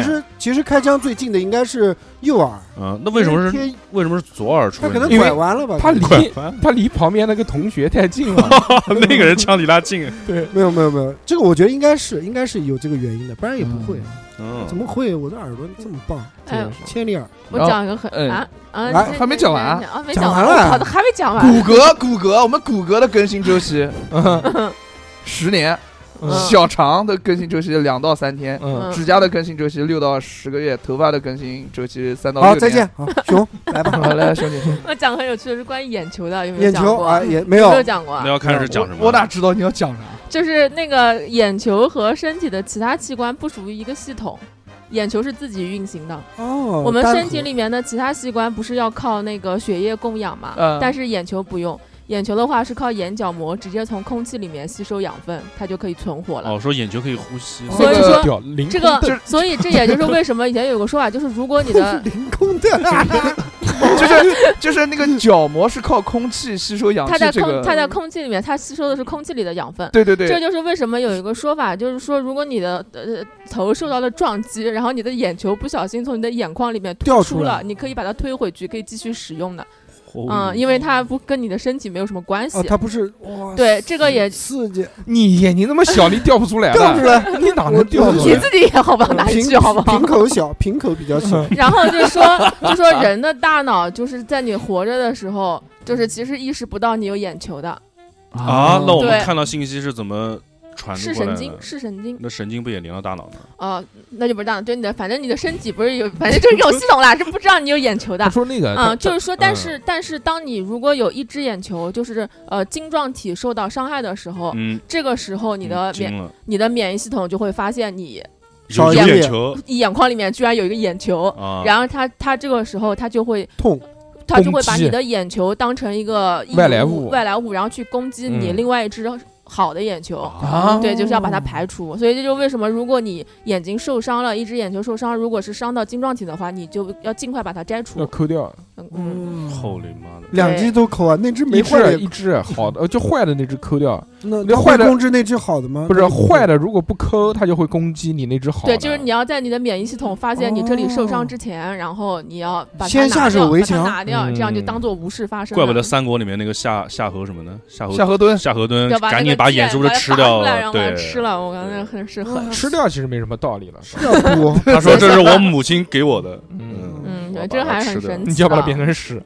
其实开枪最近的应该是右耳， 嗯，那为什么是贴为什么是左耳出他可能问题？ 因为拐弯了吧？ 他离拐弯他离旁边那个同学太近了， 那个人枪离他近， 对， 没有没有没有，这个我觉得应该是应该是有这个原因的，不然也不会。 嗯， 怎么会？我的耳朵这么棒， 哎呦千里耳。 我讲一个很嗯啊啊， 来这还没讲完啊，没讲讲完了好的还没讲骨完。 骼骨骼，我们骨骼的更新周期十年， 嗯小肠的更新周期两到三天， 嗯， 指甲的更新周期六到十个月，头发的更新周期三到六好， 年。 再见。好，熊来吧。 好，来兄弟， 我讲个很有趣的是关于眼球的，有没有眼讲过？ 球啊也没有没有有， 讲过那？要看是讲什么。 我哪知道你要讲啥？ 就是那个眼球和身体的其他器官不属于一个系统，眼球是自己运行的。 哦， 我们单核身体里面的其他器官不是要靠那个血液供氧嘛？ 嗯但是眼球不用，眼球的话是靠眼角膜直接从空气里面吸收养分，它就可以存活了。 哦，说眼球可以呼吸， 所以这个说屌凌这个空蹬， 所以这也就是为什么以前有个说法，就是如果你的凌空的， 就是就是那个角膜是靠空气吸收氧气， 它在这个空它在空气里面，它吸收的是空气里的养分。 对对对， 这就是为什么有一个说法，就是说，如果你的呃头受到了撞击，然后你的眼球不小心从你的眼眶里面掉出来突出了，你可以把它推回去，可以继续使用的。 哦嗯，因为它不跟你的身体没有什么关系。 哦，它不是哇， 对，这个也刺激， 你眼睛那么小，你掉不出来的， 掉不出来， 你哪能掉出来？ 你自己也好不到哪里瓶去，好不好瓶？口小，瓶口比较小， 然后就说，就说人的大脑就是在你活着的时候，就是其实意识不到你有眼球的， 啊，那我们对看到信息是怎么传是过来的神经，？是神经。 那神经不也连到大脑呢？ 呃，那就不是大脑，就你的，反正你的身体不是有，反正就是有系统啦，是不知道你有眼球的他。说那个， 嗯， 他就是说，但是但是，当你如果有一只眼球，就是呃晶状体受到伤害的时候， 嗯， 这个时候你的免惊了， 你的免疫系统就会发现你有有少一点眼球眼眶里面居然有一个眼球， 啊， 然后它它这个时候它就会痛， 它就会把攻击你的眼球当成一个异外来物外来物，然后去攻击你嗯另外一只好的眼球。 啊， 对，就是要把它排除，所以这就是为什么，如果你眼睛受伤了，一只眼球受伤，如果是伤到晶状体的话，你就要尽快把它摘要除。 抠掉， 嗯， 嗯， 后里妈的， 两只都抠啊，那只没一坏的只一只好的，呃就坏的那只抠掉， 那它会那坏的控制那只好的吗？ 不是它就会坏的，如果不抠，它就会攻击你那只好的。 对，就是你要在你的免疫系统发现你这里受伤之前，然后你要把它先下拿掉把它手为强拿掉，这样就嗯当做无事发生了。 怪不得三国里面那个夏夏侯什么呢？夏侯夏侯惇夏侯惇要把那赶紧个剑把眼珠子把它拔吃掉出来然后把它对， 吃了，我感觉很是很。 吃掉其实没什么道理了。 是要补， 他说这是我母亲给我的， 嗯， 嗯，对， 我把这个还是很它吃掉神奇。 你就要把它变成屎，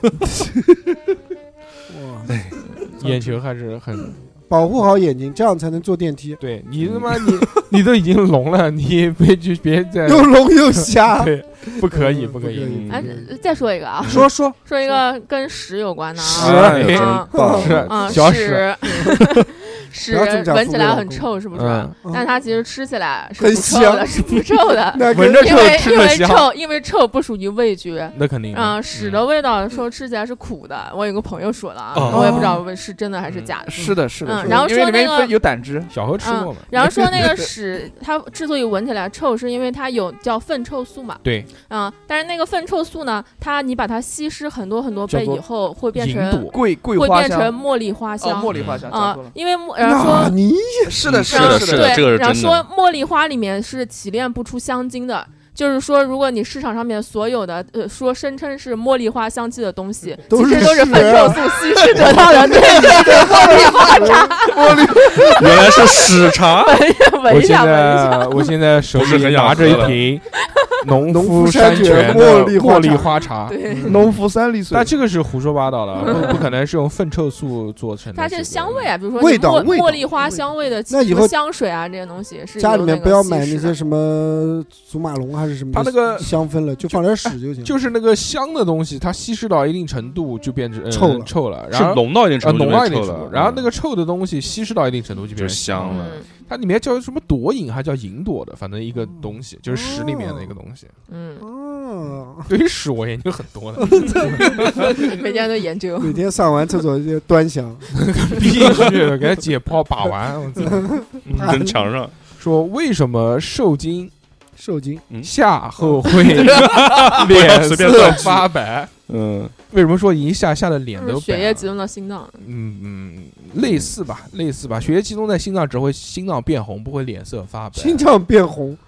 哇， 眼球还是很保护好眼睛，这样才能坐电梯。 对你他妈你你都已经聋了，你别去别再又聋又瞎， 对，不可以不可不可以以。 哎，再说一个啊， 说说说一个跟屎有关的屎啊， 哎真嗯棒是嗯， 小屎，屎不要这么讲闻起来很富贵老公臭，是不是？ 嗯但它其实吃起来是很不臭的， 香是不臭的。 那跟闻着臭因为因吃着香， 为臭，因为臭不属于味觉。 那肯定的。 嗯，屎的味道说吃起来是苦的，我有个朋友说的啊， 哦我也不知道是真的还是假的。 是的，是的， 嗯是的然后说因为里面那个有胆汁， 小何吃过嗯吗？， 然后说那个屎，它之所以闻起来臭，是因为它有叫粪臭素嘛。 对， 嗯，但是那个粪臭素呢，它你把它稀释很多很多叫做倍以后，会变银成朵桂桂会变成花香， 茉莉花哦， 香。 茉莉花香，讲啊错了，， 因为茉然后说那你是的， 是的然后是的这个是对，然后真的说茉莉花里面是提炼不出香精的。就是说，如果你市场上面所有的呃说声称是茉莉花香气的东西， 都是其实都是屎粪臭素稀释得到的，对对对，茉莉花茶， 原来是屎茶， 闻一我现下，闻一下。 在我现在手不是很里拿着一想喝了瓶农农夫夫山泉泉的茉莉花茉莉茶花茶， 对， 农夫三里水但，这个是胡说八道的，不不可能是用粪臭素做成的。 它是香味啊，比如说味道茉味道茉莉花香味的那以后什么香水啊，这些东西是家里由那个面不要稀释的买那些什么祖马龙还是什么， 它那个香氛了，就放点屎就行。 就是那个香的东西，它稀释到一定程度就变成呃臭了臭了， 是然后浓到一定呃程度就变浓到一定臭了，， 程度然后那个臭的东西稀释到一定程度就就变成香了。 嗯它里面叫什么朵饮还叫银朵的，反正一个东西，就是屎里面的一个东西。 嗯， 哦， 对于屎我研究很多的， 每天都研究。 每天上完厕所就端详。 必须的给它解剖把玩。我操！ 嗯跟墙上， 说为什么受精受精， 下后会脸色随便断句发白？ 嗯， 为什么说一下下的脸都就是血白了液集中到心脏， 嗯嗯，类似吧，类似吧。血液集中在心脏只会心脏变红，不会脸色发白。 心脏变红，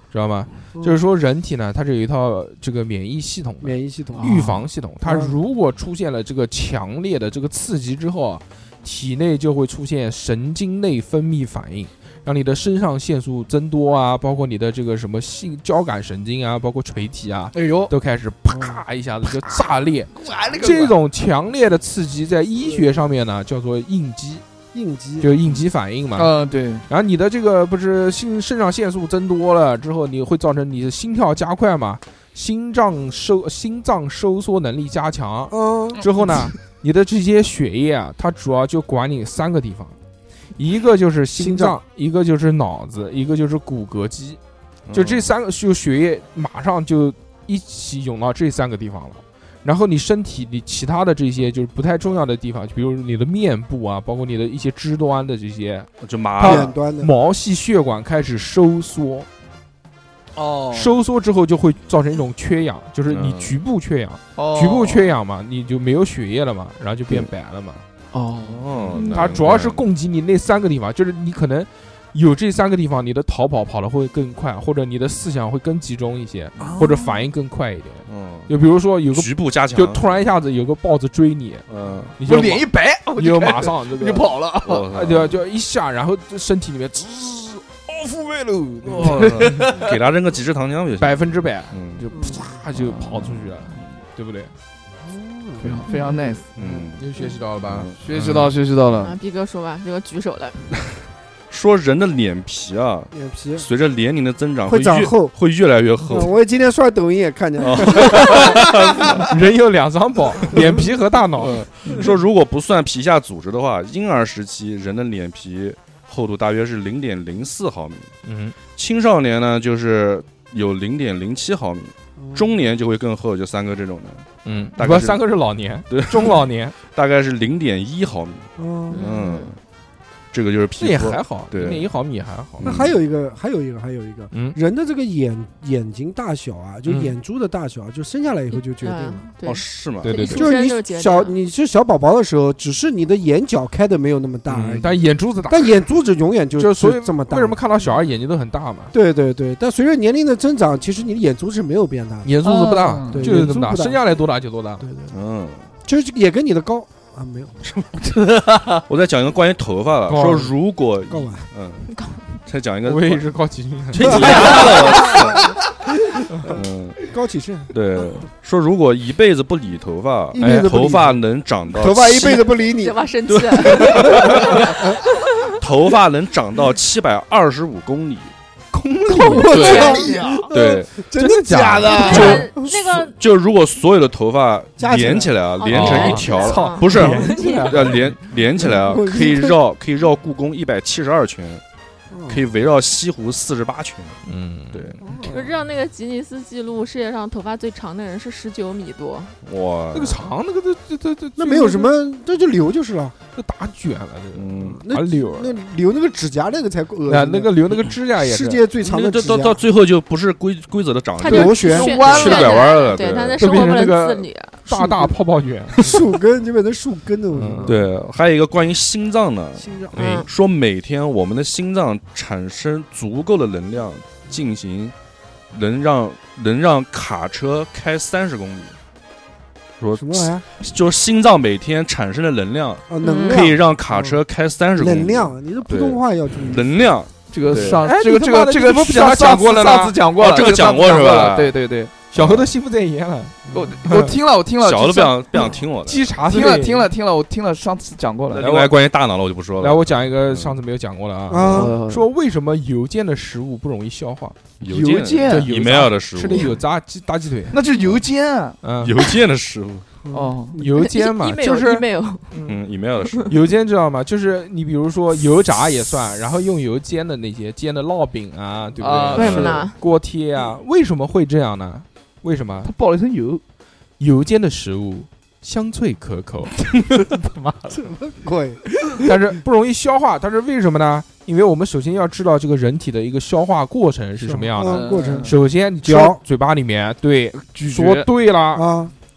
知道吗？ 嗯就是说人体呢，它是有一套这个免疫系统的、 免疫系统预防系统，它嗯如果出现了这个强烈的这个刺激之后啊，体内就会出现神经内分泌反应。让你的肾上腺素增多啊，包括你的这个什么性交感神经啊，包括垂体啊， 哎呦， 都开始啪一下子就炸裂。 哎那个这种强烈的刺激在医学上面呢叫做应激， 应激， 就是应激反应嘛。 嗯对， 然后你的这个不是性肾上腺素增多了之后，你会造成你的心跳加快嘛，心脏收心脏收缩能力加强。 嗯， 之后呢，你的这些血液啊，它主要就管你三个地方。一个就是心脏心脏， 一个就是脑子，一个就是骨骼肌，就这嗯三个，就血液马上就一起涌到这三个地方了。然后你身体里其他的这些就是不太重要的地方，就比如你的面部啊，包括你的一些肢端的这些就麻它了远端的， 毛细血管开始收缩， 哦收缩之后就会造成一种缺氧，就是你嗯局部缺氧， 哦局部缺氧嘛，你就没有血液了嘛，然后就变白了嘛。 哦， 哦， 它主要是供给你那三个地方，就是你可能有这三个地方，你的逃跑跑得会更快，或者你的思想会更集中一些，或者反应更快一点。 嗯， 就比如说有个， 局部加强， 就突然一下子有个豹子追你， 嗯， 我你就脸一白， 你就马我开始就上这个跑了。 我啊，对吧？就一下，然后身体里面滋，奥复位喽， 操给他扔个几支糖浆就行， 百分之百嗯就啪就跑出去了，对不对？ 非常非常 nice， 嗯， 又学习到了吧？ 学习到学习到了。 啊，逼哥说吧，逼哥举手了。 说人的脸皮啊， 脸皮随着年龄的增长会长越厚。 会越来越厚嗯，我今天刷抖音也看见了， 人有两张宝，脸皮和大脑。 说如果不算皮下组织的话，婴儿时期人的脸皮厚度大约是零点零四毫米， 嗯， 青少年呢就是有零点零七毫米，中年就会更厚，就三个这种的， 嗯， 大概是不三个是老年， 对， 中老年， 大概是零点一毫米， 嗯， 嗯，这个就是这也皮肤还好， 对零点一毫米还好。 那还有一个，还有一个，还有一个， 嗯， 人的这个眼眼睛大小啊，就嗯眼珠的大小，就生下来以后就决定了。 嗯对哦，是吗？ 对对对一出就是生就决定你小了你是小宝宝的时候，只是你的眼角开的没有那么大而已， 嗯但眼珠子大， 但眼珠子永远就就是所以这么大。 为什么看到小孩眼睛都很大嘛？ 对对对，但随着年龄的增长，其实你的眼珠是没有变大的。 眼珠子不大嗯， 对就是这么大， 眼珠不大生下来多大就多大。 对对， 嗯， 就是也跟你的高啊没有我再讲一个关于头发的， 高说如果高吧？ 嗯，再讲一个我也是高级军人。 这你丫的，我操嗯， 高启盛， 对，说如果一辈子不理头发， 一辈子不理头发能长到头发一七辈子不理你对，吧？生气了。 头发能长到七百二十五公里， 公里， 我对操， 对， 真的假的？ 就那个就如果所有的头发加起来连起来啊， 哦连成一条， 操不是连起来要连连起来啊我， 可以绕可以绕故宫一百七十二圈， 嗯可以围绕西湖四十八圈， 嗯， 对， 我知道那个吉尼斯纪录，世界上头发最长的人是十九米多。 哇， 那个长，那个这这这这， 那没有什么，这就留就是了。 这打卷了，这个嗯， 那打柳那留那个指甲那个才恶心啊， 呢。 那个留那个指甲也是世界最长那的指甲， 这到到最后就不是规规则的长他就螺旋旋弯了去了拐弯了对对，他在都生活不变成那个能自理。 大大泡泡卷。 树根就变成树根那种嗯。 对，还有一个关于心脏的， 心脏哎嗯， 说每天我们的心脏产生足够的能量，进行能让能让卡车开三十公里。说什么玩意儿就是心脏每天产生的能量啊？能可以量， 让卡车开三十公里。 能量，你这普通话要注意。 能量，对这个上哎这个这你他妈的个这个你怎么不讲他上讲过了呢上次讲过了， 哦这个讲过上次是吧对对对， 小何都心不在焉了， 我我听了我听了， 小的不就上想不想听我的。 鸡茶听了听了听了，我听了上次讲过了。 另外关于大脑的我就不说了。 来，我讲一个上次没有讲过的啊， 啊， 呃说为什么油煎的食物不容易消化？ 邮邮件就以油炸没有的食物吃的有炸鸡大鸡腿， 那是邮件啊嗯， 邮件的食物， 哦， 油煎嘛， email 就是 email 嗯，以没有的食物。 油煎知道吗？就是你比如说油炸也算，然后用油煎的那些煎的烙饼啊，对不啊对？ 为什么呢？ 锅贴啊，为什么会这样呢？为什么他爆了一层油， 油煎的食物香脆可口， 贵， 但是不容易消化？它是为什么呢？因为我们首先要知道这个人体的一个消化过程是什么样的。 嗯过程首先，你吃嚼到嘴巴里面，对， 咀说嚼对了， 啊，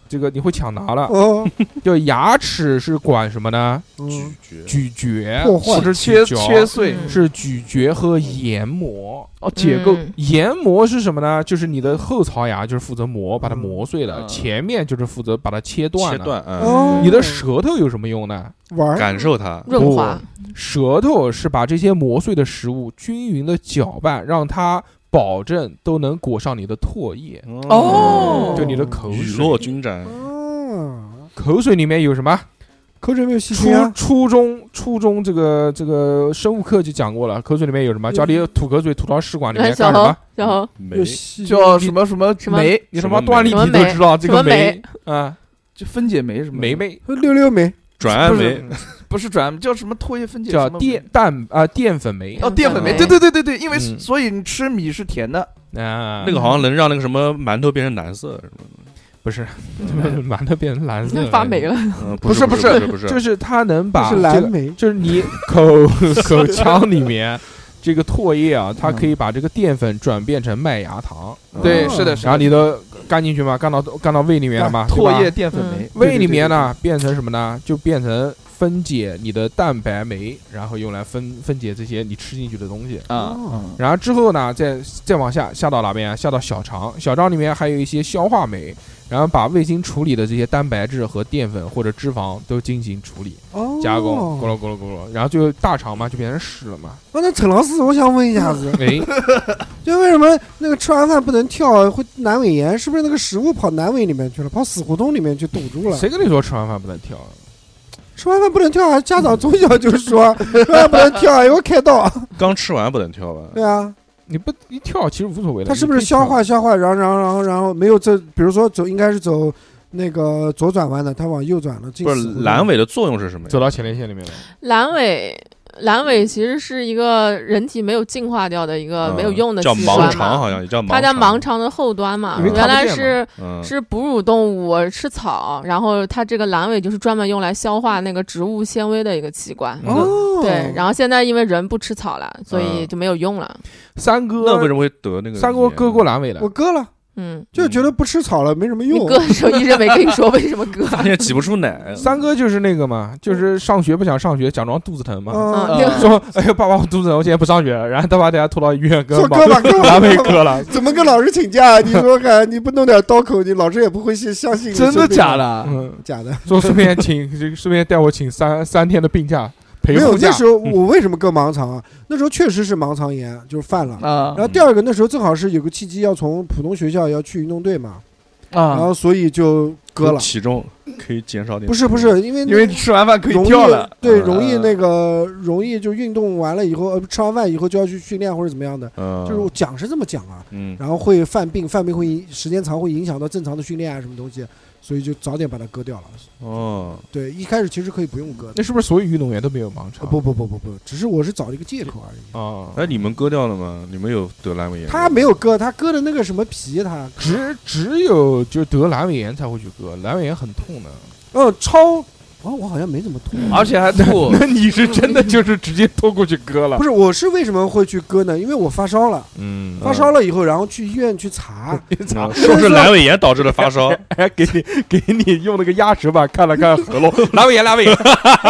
这个你会抢答了。 哦， 就牙齿是管什么呢？ 嗯， 咀嚼咀嚼， 破坏不是切咀嚼切碎嗯是咀嚼和研磨。 哦，解构嗯研磨是什么呢？就是你的后槽牙就是负责磨，把它磨碎了， 嗯前面就是负责把它切断的。 切断， 哦嗯， 你的舌头有什么用呢？ 玩儿感受它， 润滑， 舌头是把这些磨碎的食物均匀的搅拌，让它保证都能裹上你的唾液， 哦就你的口雨水。 落均沾， 哦， 口水里面有什么？ 口水没有细初菌啊， 初中初中这个这个生物课就讲过了，口水里面有什么？叫你吐口水吐到试管里面哎，小猴干什么？， 小猴， 没有细菌叫什么什么什么酶， 你他什么酶妈端粒什么酶体都知道这什么个酶酶啊， 就分解酶什么的酶酶溜溜酶， 转氨酶不是，不是转叫什么唾液分解什么叫淀蛋啊淀粉酶哦淀粉酶， 酶对对对对对，因为嗯所以你吃米是甜的， 啊， 那个好像能让那个什么馒头变成蓝色，什么不是馒头变成蓝色发霉了， 嗯， 不是不是不是不是， 就是它能这把这个是蓝莓， 就是你口口腔里面这个唾液啊，它可以把这个淀粉转变成麦芽糖， 对， 哦是的，是的然后你的干进去嘛，干到干到胃里面了嘛，对吧唾液淀粉酶， 胃里面呢变成什么呢？就变成分解你的蛋白酶，然后用来分分解这些你吃进去的东西。 啊， 哦然后之后呢，再再往下下到哪边啊？下到小肠，小肠里面还有一些消化酶，然后把未经处理的这些蛋白质和淀粉或者脂肪都进行处理哦， 加工，咕噜咕噜咕噜，然后就大肠嘛就变成屎了嘛。 哦，那陈老师，我想问一下子， 哎， 就为什么那个吃完饭不能跳，会阑尾炎？是不是那个食物跑阑尾里面去了，跑死胡同里面去堵住了？ 谁跟你说吃完饭不能跳？ 吃完饭不能跳啊！家长从小就说吃完饭不能跳啊，有开刀。 刚吃完不能跳吧？ 对啊， 你不一跳其实无所谓的。 他是不是消化消化，然后然后然后然后没有走，比如说走应该是走那个左转弯的，他往右转了，进不是死胡同阑尾的作用是什么呀？ 走到前列腺里面了？ 阑尾。阑尾其实是一个人体没有进化掉的一个嗯没有用的叫盲器官肠， 嘛， 好像也叫盲它在盲肠， 肠的后端嘛。 因为看原不见嘛来是嗯， 是哺乳动物吃草，然后它这个阑尾就是专门用来消化那个植物纤维的一个器官。 嗯哦， 对，然后现在因为人不吃草了，所以嗯就没有用了。 三哥那为什么会得那个？ 三哥割过阑尾的我，割了， 嗯， 就觉得不吃草了没什么你用。 割的时候医生没跟你说为什么割？ 发现挤不出奶， 三哥就是那个嘛，就是上学不想上学，假装肚子疼嘛， 嗯， 嗯，那个说哎呦爸爸我肚子疼，我现在不上学了，然后他把大家拖到医院跟把说割吧割吧， 阑尾割了。 怎么跟老师请假？你说看，你不弄点刀口，你老师也不会信相信你。 真的假？的？ 嗯， 假的。 说顺便请，这个顺便带我请三三天的病假，陪没有， 护假那。时候我为什么割盲肠啊？那时候确实是盲肠炎，就是犯了。 啊然后第二个，那时候正好是有个契机，要从普通学校要去运动队嘛，然啊， 后所以就割了。 体重可以减少点。 不是不，是，因为因为吃完饭可以容易跳了， 对， 嗯容易那个容易就运动完了以后，呃，吃完饭以后就要去训练或者怎么样的， 嗯， 就是我讲是这么讲啊， 嗯， 然后会犯病，犯病会影时间长会影响到正常的训练啊什么东西，所以就早点把它割掉了。 哦， 对，一开始其实可以不用割的。 那是不是所有运动员都没有盲肠？ 呃不不不不不，只是我是找了一个借口而已。 啊， 哎，你们割掉了吗？你们有得阑尾炎吗？ 他没有割，他割的那个什么皮，他只只有就得阑尾炎才会去割，阑尾炎很痛的。 嗯超，哦，我好像没怎么痛。 而且还吐。 那你是真的就是直接拖过去割了不？是，我是为什么会去割呢？因为我发烧了， 嗯， 发烧了以后，然后去医院去查， 嗯是不是阑尾炎导致的发烧？ 还给你给你用那个压舌板看了看喉咙，阑尾炎，阑尾炎，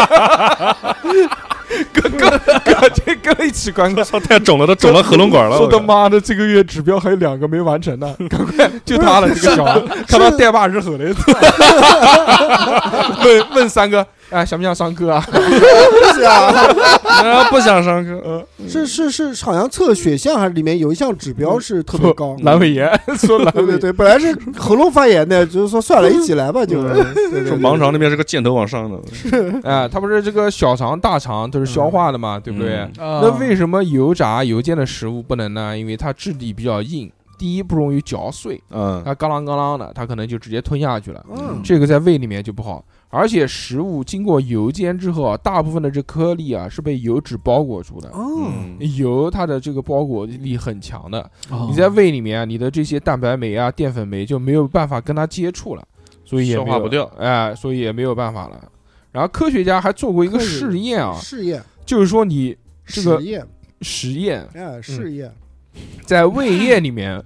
割割割这割一起关个。 操，太肿了，都肿到喉咙管了。 说我靠他妈的，这个月指标还有两个没完成呢，赶快就他了，这个小孩看到带把日吼的，问问三哥，哎，想不想上课啊？ 是啊， 啊，不想上课。 呃， 是是是，好像测血项还是里面有一项指标是特别高。 阑尾炎，说阑尾炎， 对对对，本来是喉咙发炎的，就是说算了，一起来吧，就。对对对说盲肠那边是个箭头往上的， 哎，他不是这个小肠、大肠都是消化的嘛，对不对？ 嗯那那为什么油炸、油煎的食物不能呢？因为它质地比较硬，第一不容易嚼碎， 嗯， 它嘎啷嘎啷的，它可能就直接吞下去了。 嗯， 这个在胃里面就不好，而且食物经过油煎之后啊，大部分的这颗粒啊是被油脂包裹住的。 哦， 嗯油它的这个包裹力很强的， 哦你在胃里面啊，你的这些蛋白酶啊、淀粉酶就没有办法跟它接触了，所以也没有消化不掉哎，所以也没有办法了。然后科学家还做过一个科学试验啊， 试验， 就是说你这个实验， 实验哎，试验， 在胃液里面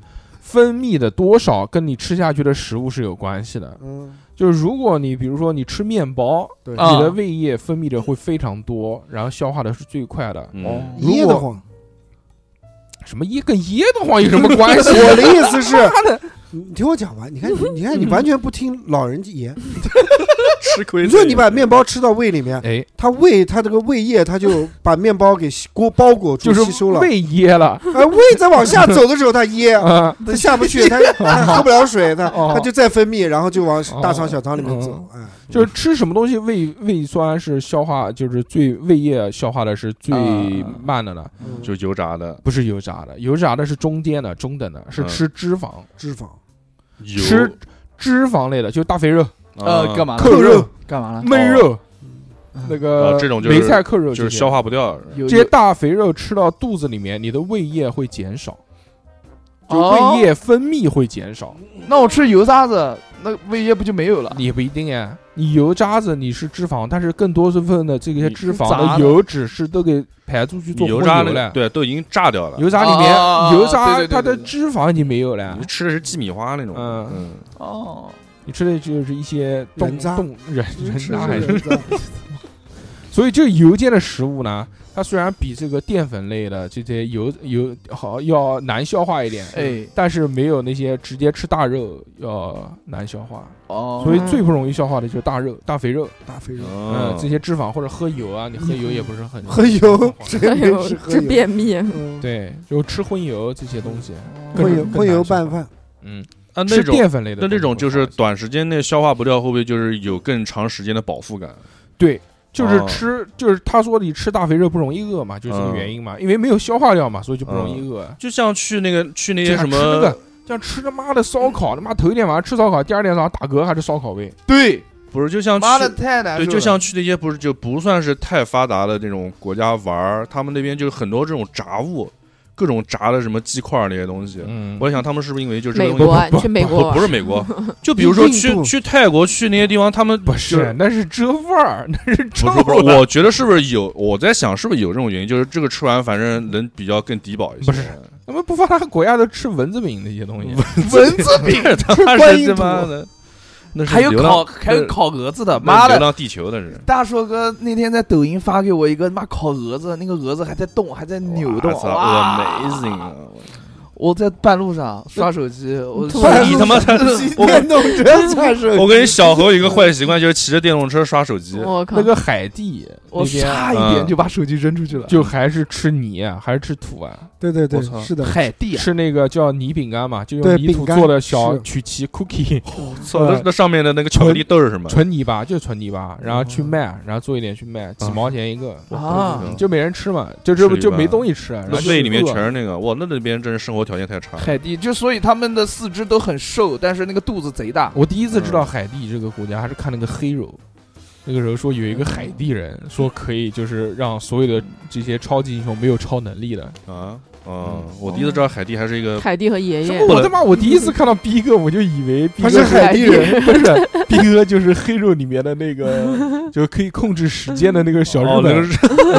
分泌的多少跟你吃下去的食物是有关系的。 嗯， 就是如果你比如说你吃面包， 对你的胃液分泌的会非常多，然后消化的是最快的。 嗯， 噎得慌。 什么噎跟噎得慌有什么关系？ 我的意思是，你听我讲完。你看，你看，你完全不听老人言。 吃亏。 你说你把面包吃到胃里面， 哎， 它胃它这个胃液，它就把面包给裹包裹住， 就是吸收了。 胃噎了， 啊，胃在往下走的时候，它噎， 啊， 它下不去，它它喝不了水，它哦它就再分泌，然后就往大肠、小肠里面走。 哦哎， 就是吃什么东西胃胃酸是消化，就是最胃液消化的是最慢的呢？ 嗯就油炸的， 不是油炸的，油炸的是中间的、中等的，是嗯吃脂肪， 脂肪、 油吃脂肪类的，就大肥肉、 呃，干嘛呢？ 扣肉、 干嘛了？ 焖肉，那个哦这种就是梅菜扣肉这些， 就是消化不掉。 有这些大肥肉吃到肚子里面，你的胃液会减少，就哦胃液分泌会减少。 那我吃油渣子，那胃液不就没有了？ 也不一定呀，你油渣子你是脂肪，但是更多部分的这些脂肪炸的的油脂是都给排出去做油炸那个荤油了。 对都已经炸掉了。 油炸里面哦油炸对对对它的对对脂肪已经没有了你，吃的是鸡米花那种。 嗯嗯， 哦， 你吃的就是一些动人渣动人人是渣还是人渣所以这个油煎的食物呢，它虽然比这个淀粉类的这些油油好要难消化一点， 哎， 但是没有那些直接吃大肉要难消化。 哦， 所以最不容易消化的就是大肉、大肥肉， 大肥肉。 嗯，这些脂肪或者喝油啊，你喝油也不是很喝油，谁哎呦没吃喝油？ 这便秘， 嗯， 对，就吃荤油这些东西，更荤油荤油， 更拌饭， 难消化嗯， 啊，那吃种淀粉类的那这种就是东西会好一些短时间内消化不掉，会不会就是有更长时间的饱腹感？ 对。就是哦吃，就是他说你吃大肥肉不容易饿嘛，就是这个原因嘛，因为没有消化掉嘛，所以就不容易饿。 就像去那个去那些什么就像吃那个，像吃他妈的烧烤，他妈头一天晚上吃烧烤，第二天早上打嗝还是烧烤味。 对， 不是就像妈的去太难受了。 对，就像去那些不是就不算是太发达的那种国家玩儿，他们那边就是很多这种炸物，各种炸的什么鸡块儿那些东西。 嗯， 我在想他们是不是因为就是这个东西美国啊，你去美国不玩不是美国，就比如说印度去去泰国去那些地方，他们不， 就是那是这味儿，那是臭不是不是， 的。 我觉得是不是有？我在想是不是有这种原因，就是这个吃完反正能比较更低饱一些。 不是他们不发达国家都吃蚊子饼那些东西， 蚊子饼， 他妈是观音土他妈的，那是还有流浪烤还有烤蛾子的， 那妈的！ 流浪地球的是。 大硕哥那天在抖音发给我一个妈烤蛾子，那个蛾子还在动，还在扭动， 哇操哇 ，amazing 啊！ 我在半路上刷手机，我突然你他妈的！我电动车算是我跟你小何有一个坏习惯，就是骑着电动车刷手机。 我靠那，个海地我那边差一点就把手机扔出去了。 就还是吃泥啊，还是吃土啊？ 对对对我操， 是的， 海地啊， 吃那个叫泥饼干嘛，就对用泥土饼干做的小是曲奇 cookie， 操，那那上面的那个巧克力豆是什么？ 纯泥巴，就是纯泥巴，然后去卖，然后做一点去卖，几毛钱一个， 啊嗯就没人吃嘛，就就吃一半就没东西吃，然后就那胃里面饿全是那个，哇，那那边真是生活条件太差。 海地就所以他们的四肢都很瘦，但是那个肚子贼大。 我第一次知道海地这个国家，还是看那个黑柔。那个时候说有一个海地人说可以，就是让所有的这些超级英雄没有超能力的。 啊啊！我第一次知道海地还是一个海蒂和爷爷什么？我他妈！我第一次看到逼哥，我就以为逼他哥是海地人， 不是逼哥，就是黑肉里面的那个，就可以控制时间的那个小日哦，那个本。 是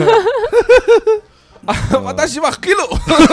啊，我大西巴黑肉，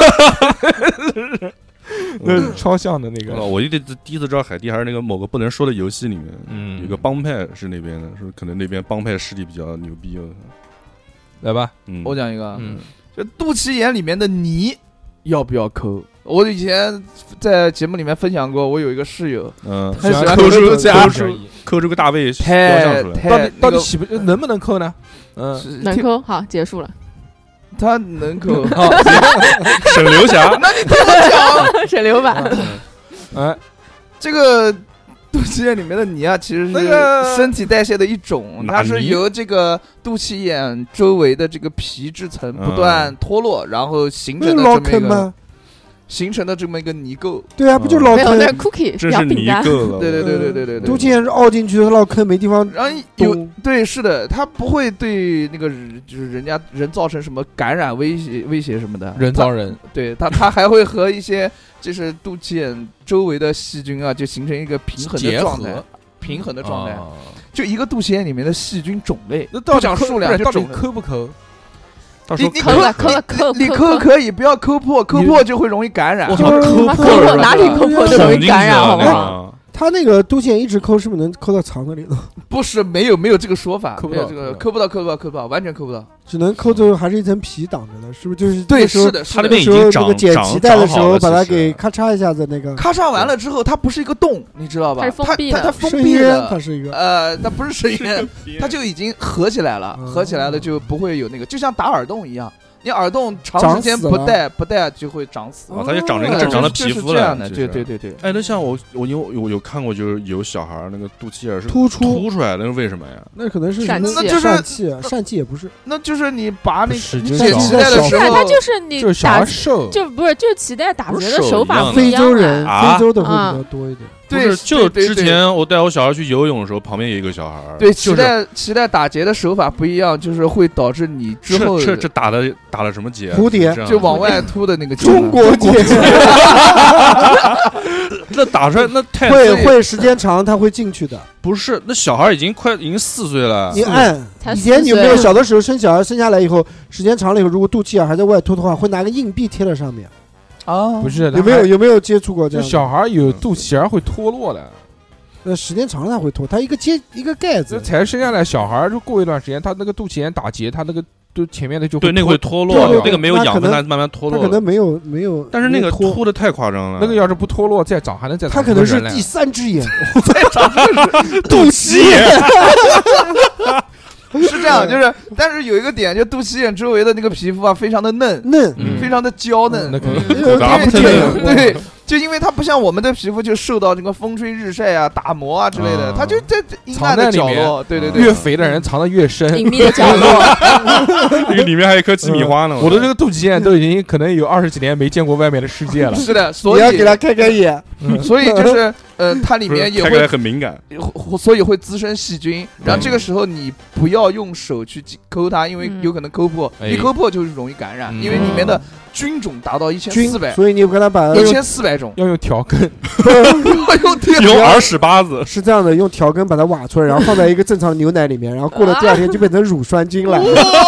那超像的那哦个。 我第第一次知道海地还是那个某个不能说的游戏里面， 嗯有个帮派是那边的，说可能那边帮派势力比较牛逼。 来吧， 嗯， 我讲一个， 嗯， 就肚脐眼里面的泥要不要抠？我以前在节目里面分享过，我有一个室友， 嗯， 他喜欢抠出抠家属抠出抠出个大胃雕像太出来。 太到底到那个底喜不能不能抠呢？嗯， 是听能抠，好，结束了。 他能抠， 沈流霞， 那你听我讲， 沈流版， 哎， 这个肚脐眼里面的泥啊，其实是那个身体代谢的一种， 哪泥它是由这个肚脐眼周围的这个皮质层不断脱落，然后形成的不是老这么一个坑吗？ 形成的这么一个泥垢。 对啊，不就老没有，那是坑？ cookie 真是泥洋饼干。 够了。 对对对对对对对， 肚脐眼是凹进去，它老坑没地方然后有动。 对，是的，它不会对那个人就是人家人造成什么感染威胁威胁什么的。 人造人， 它对它它还会和一些就是肚脐眼周围的细菌啊，就形成一个平衡的结状态合， 平衡的状态。 啊就一个肚脐眼里面的细菌种类， 那到底不讲数量抠不是到底就种类。 抠不抠？ 他说你你抠了抠了抠， 你抠可以，不要抠破，抠破就会容易感染我。操， 就是抠妈破了， 抠破哪里抠破都容易感染，好不好？ 好？ 他那个肚脐眼一直抠，是不是能抠到肠子里头？ 不是没有没有这个说法， 抠不到没有这个抠不到抠不到抠不到，完全抠不到。 只能抠最后还是一层皮挡着的，是不是？就是对， 那时候是的，是的他那边已那时候经长那个剪脐带的时候，把它长好了其实给咔嚓一下子那个咔嚓完了之后，它不是一个洞，你知道吧？ 它是封闭的它它它封深渊， 闭的它，是一个呃，它不是深渊，它就已经合起来了， 嗯合起来了就不会有那个，就像打耳洞一样，你耳洞长长时间死了不戴不戴就会长死。 哦，它就长成一个呃正常的就皮肤了是这样的， 其实对对对对。 哎，那像我我有我有看过，就是有小孩儿那个肚脐眼是突出， 凸出来的，那是为什么呀？ 那可能是疝气什么那就是疝气，疝气也不是， 那就是你拔那使你剪劲小脐带的时小对， 候， 它就是你就是小打孩瘦， 就不是就是脐带打不是结的手法手一样的非不一样洲人啊非洲的会啊比较多一点。 对不是，就之对对对前我带我小孩去游泳的时候，旁边有一个小孩儿， 对脐就是带脐带打结的手法不一样，就是会导致你之后这这这打的打了什么结？ 蝴蝶这样就往外凸的那个结中国结那打出来那太会所以会时间长，它会进去的。 不是那小孩已经快已经四岁了你，按才以前你有没四岁有小的时候生小孩生下来以后，时间长了以后，如果肚脐眼还在外凸的话，会拿个硬币贴在上面。 啊， 不是有没有？有没有接触过这就样的？ 小孩有肚脐眼会脱落的， 那时间长了它会脱，它一个接一个盖这子。 才生下来小孩就过一段时间，他那个肚脐眼打结，他那个就前面的就对，那个会脱落对对， 那个没有养分， 那可能它慢慢脱落了。 它可能没有没有， 但是那个脱， 凸的太夸张了， 那个要是不脱落再长，还能再长它可能是出人来第三只眼， 肚脐眼， 是这样，就是但是有一个点，就肚脐眼周围的那个皮肤啊，非常的嫩， 嫩， 嗯非常的娇嫩那。肯定嗯有咋不点嫩对，就因为它不像我们的皮肤，就受到这个风吹日晒啊、打磨啊之类的， 嗯它就在阴藏暗的在里面角落。对对嗯对， 越肥的人藏的越深。 隐秘的角落， 那个里面还有一颗鸡米花呢。 我的这个肚脐眼都已经可能有二十几年没见过外面的世界了。 是的，所以你要给它开开眼。 所以就是呃，它里不是面也开开会很敏感， 会所以会滋生细菌，然后这个时候你不要用手去挤抠它，因为嗯有可能抠破， 哎一抠破就是容易感染， 嗯因为里面的菌种达到一千菌四百， 所以你跟它把一千四百种， 要用调羹， 用电用耳屎巴子。 是这样的，用调羹把它挖出来，然后放在一个正常牛奶里面，然后过了第二天就变成乳酸菌了，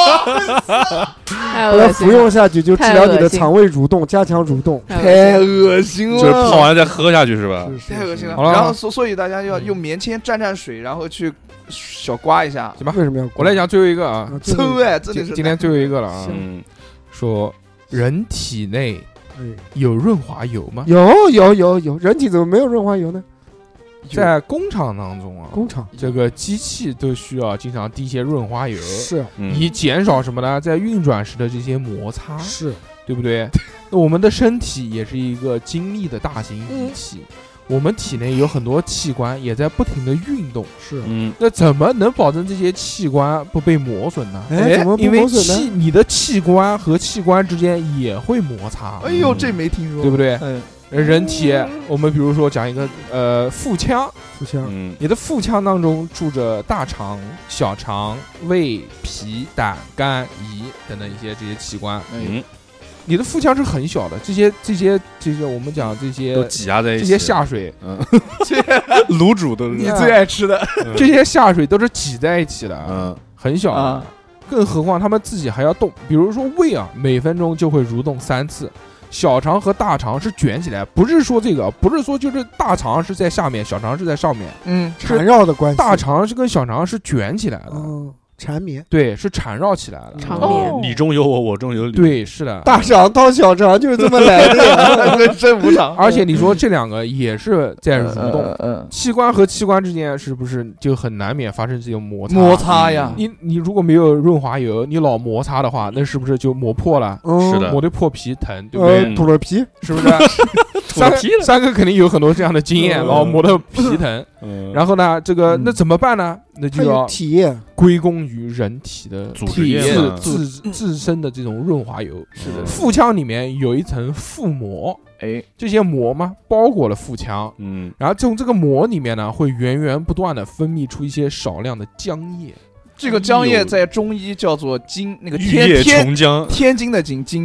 太把它服恶心了， 用下去就治疗你太恶心的肠胃蠕动，加强蠕动。 太恶恶心了， 就是泡完再喝下去是吧？ 是是太恶心了。 好了然后所所以大家要用棉签蘸蘸水，然后去小刮一下， 行吧？ 为什么要？ 我来讲最后一个啊， 啊，这个臭哎，真的是今今天最后一个了啊， 嗯， 说人体内哎有润滑油吗？ 有有有有，人体怎么没有润滑油呢？ 在工厂当中啊， 工厂这个机器都需要经常滴一些润滑油， 是嗯以减少什么呢？在运转时的这些摩擦， 是， 对不对？那我们的身体也是一个精密的大型仪器，我们体内有很多器官也在不停的运动， 是， 嗯， 那怎么能保证这些器官不被磨损呢？ 哎，怎么不因为磨损器呢？ 你的器官和器官之间也会摩擦， 哎呦，这没听说， 对不对？ 嗯， 人体，我们比如说讲一个呃腹腔， 腹腔嗯你的腹腔当中住着大肠、小肠、胃、脾、胆、肝、胰等等一些这些器官。 嗯， 你的腹腔是很小的，这些这些这些我们讲这些都挤压在一起， 这些下水， 嗯，卤煮都是你最爱吃的这些下水都是挤在一起的， 嗯很小的。 啊， 更何况他们自己还要动，比如说胃啊，每分钟就会蠕动三次。小肠和大肠是卷起来，不是说这个，不是说就是大肠是在下面，小肠是在上面， 嗯， 缠绕的关系。 大肠是跟小肠是卷起来的， 嗯，缠绵。 对，是缠绕起来的。 长哦眠， 你中有我，我中有你。 对，是的。 大肠套小肠就是这么来的呀。 人生无常， 而且你说这两个也是在蠕动， 嗯嗯， 器官和器官之间是不是就很难免发生这种摩擦？ 摩擦呀， 你你如果没有润滑油，你老摩擦的话，那是不是就磨破了？ 嗯是的磨得破皮疼，对不对？ 呃，吐了皮， 是不是？三个脱皮了三个肯定有很多这样的经验， 嗯然后磨得皮疼。 嗯， 然后呢，这个嗯那怎么办呢？那它有就要体液。 归功于人体的组织体液嘛自自自身的这种润滑油。 是的腹腔里面有一层腹膜， 哎， 这些膜嘛包裹了腹腔， 嗯， 然后从这个膜里面呢会源源不断的分泌出一些少量的浆液。 这个浆液在中医叫做精，那个玉液天天琼浆， 天津的津津液，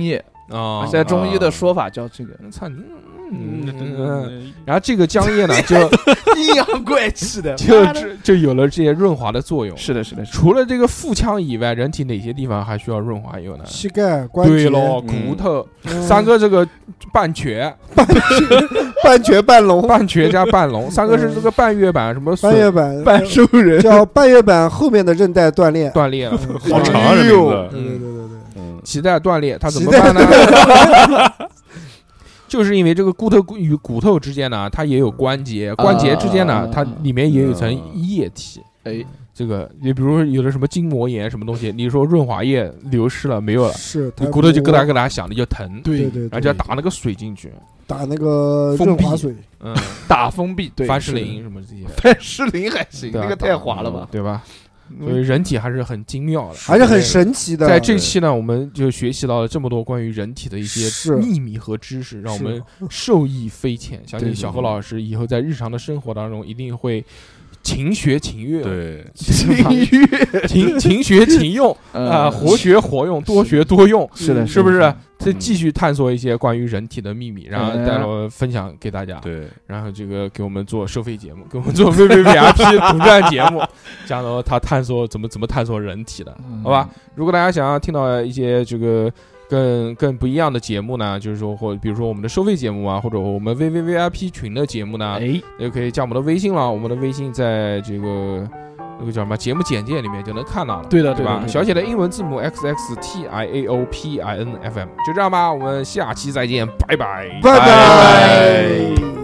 啊， 在中医的说法叫这个操你， 嗯嗯嗯， 嗯然后这个浆液呢，就阴阳怪气的， 就就有了这些润滑的作用。 是的，是的，是的除了这个腹腔以外，人体哪些地方还需要润滑油呢？ 膝盖、关节， 对喽， 嗯骨头， 嗯三哥这个半瘸， 半瘸半聋， 半瘸加半聋，三哥是这个半月板什么半月板半兽人， 叫半月板后面的韧带断裂， 断裂了， 好长啊，这名字。 对对对对对， 嗯， 脐带断裂，他怎么脐带办呢？就是因为这个骨头与骨头之间呢，它也有关节，关节之间呢，它里面也有一层液体。 哎， 这个你比如说有的什么筋膜炎什么东西，你说润滑液流失了没有了， 是你骨头就咯哒咯哒响的就疼， 对对， 然后就要打那个水进去， 打那个封闭润滑水， 嗯， 打封闭，对， 凡士是的林什么这些， 凡士林还行， 对啊那个太滑了吧？ 对吧？所以人体还是很精妙的， 还是很神奇的。 在这期呢，我们就学习到了这么多关于人体的一些是秘密和知识，让我们受益匪浅。相信小何老师以后在日常的生活当中一定会勤学勤用， 对， 情欲勤勤学勤用啊，活学活用，多学多用， 是的， 是不是？ 嗯再继续探索一些关于人体的秘密，然后哎带来分享给大家。 对， 然后这个给我们做收费节目，给我们做 V V V I P 独占节目，讲到他探索怎么怎么探索人体的，好吧？如果大家想要听到一些这个更更不一样的节目呢，就是说或比如说我们的收费节目啊，或者我们 V V V I P 群的节目呢， 哎， 也可以加我们的微信了。我们的微信在这个那个叫什么节目简介里面就能看到了， 对的， 对吧？ 对的小写的英文字母 X X T I A O P I N F M，就这样吧，我们下期再见，拜拜， 拜拜。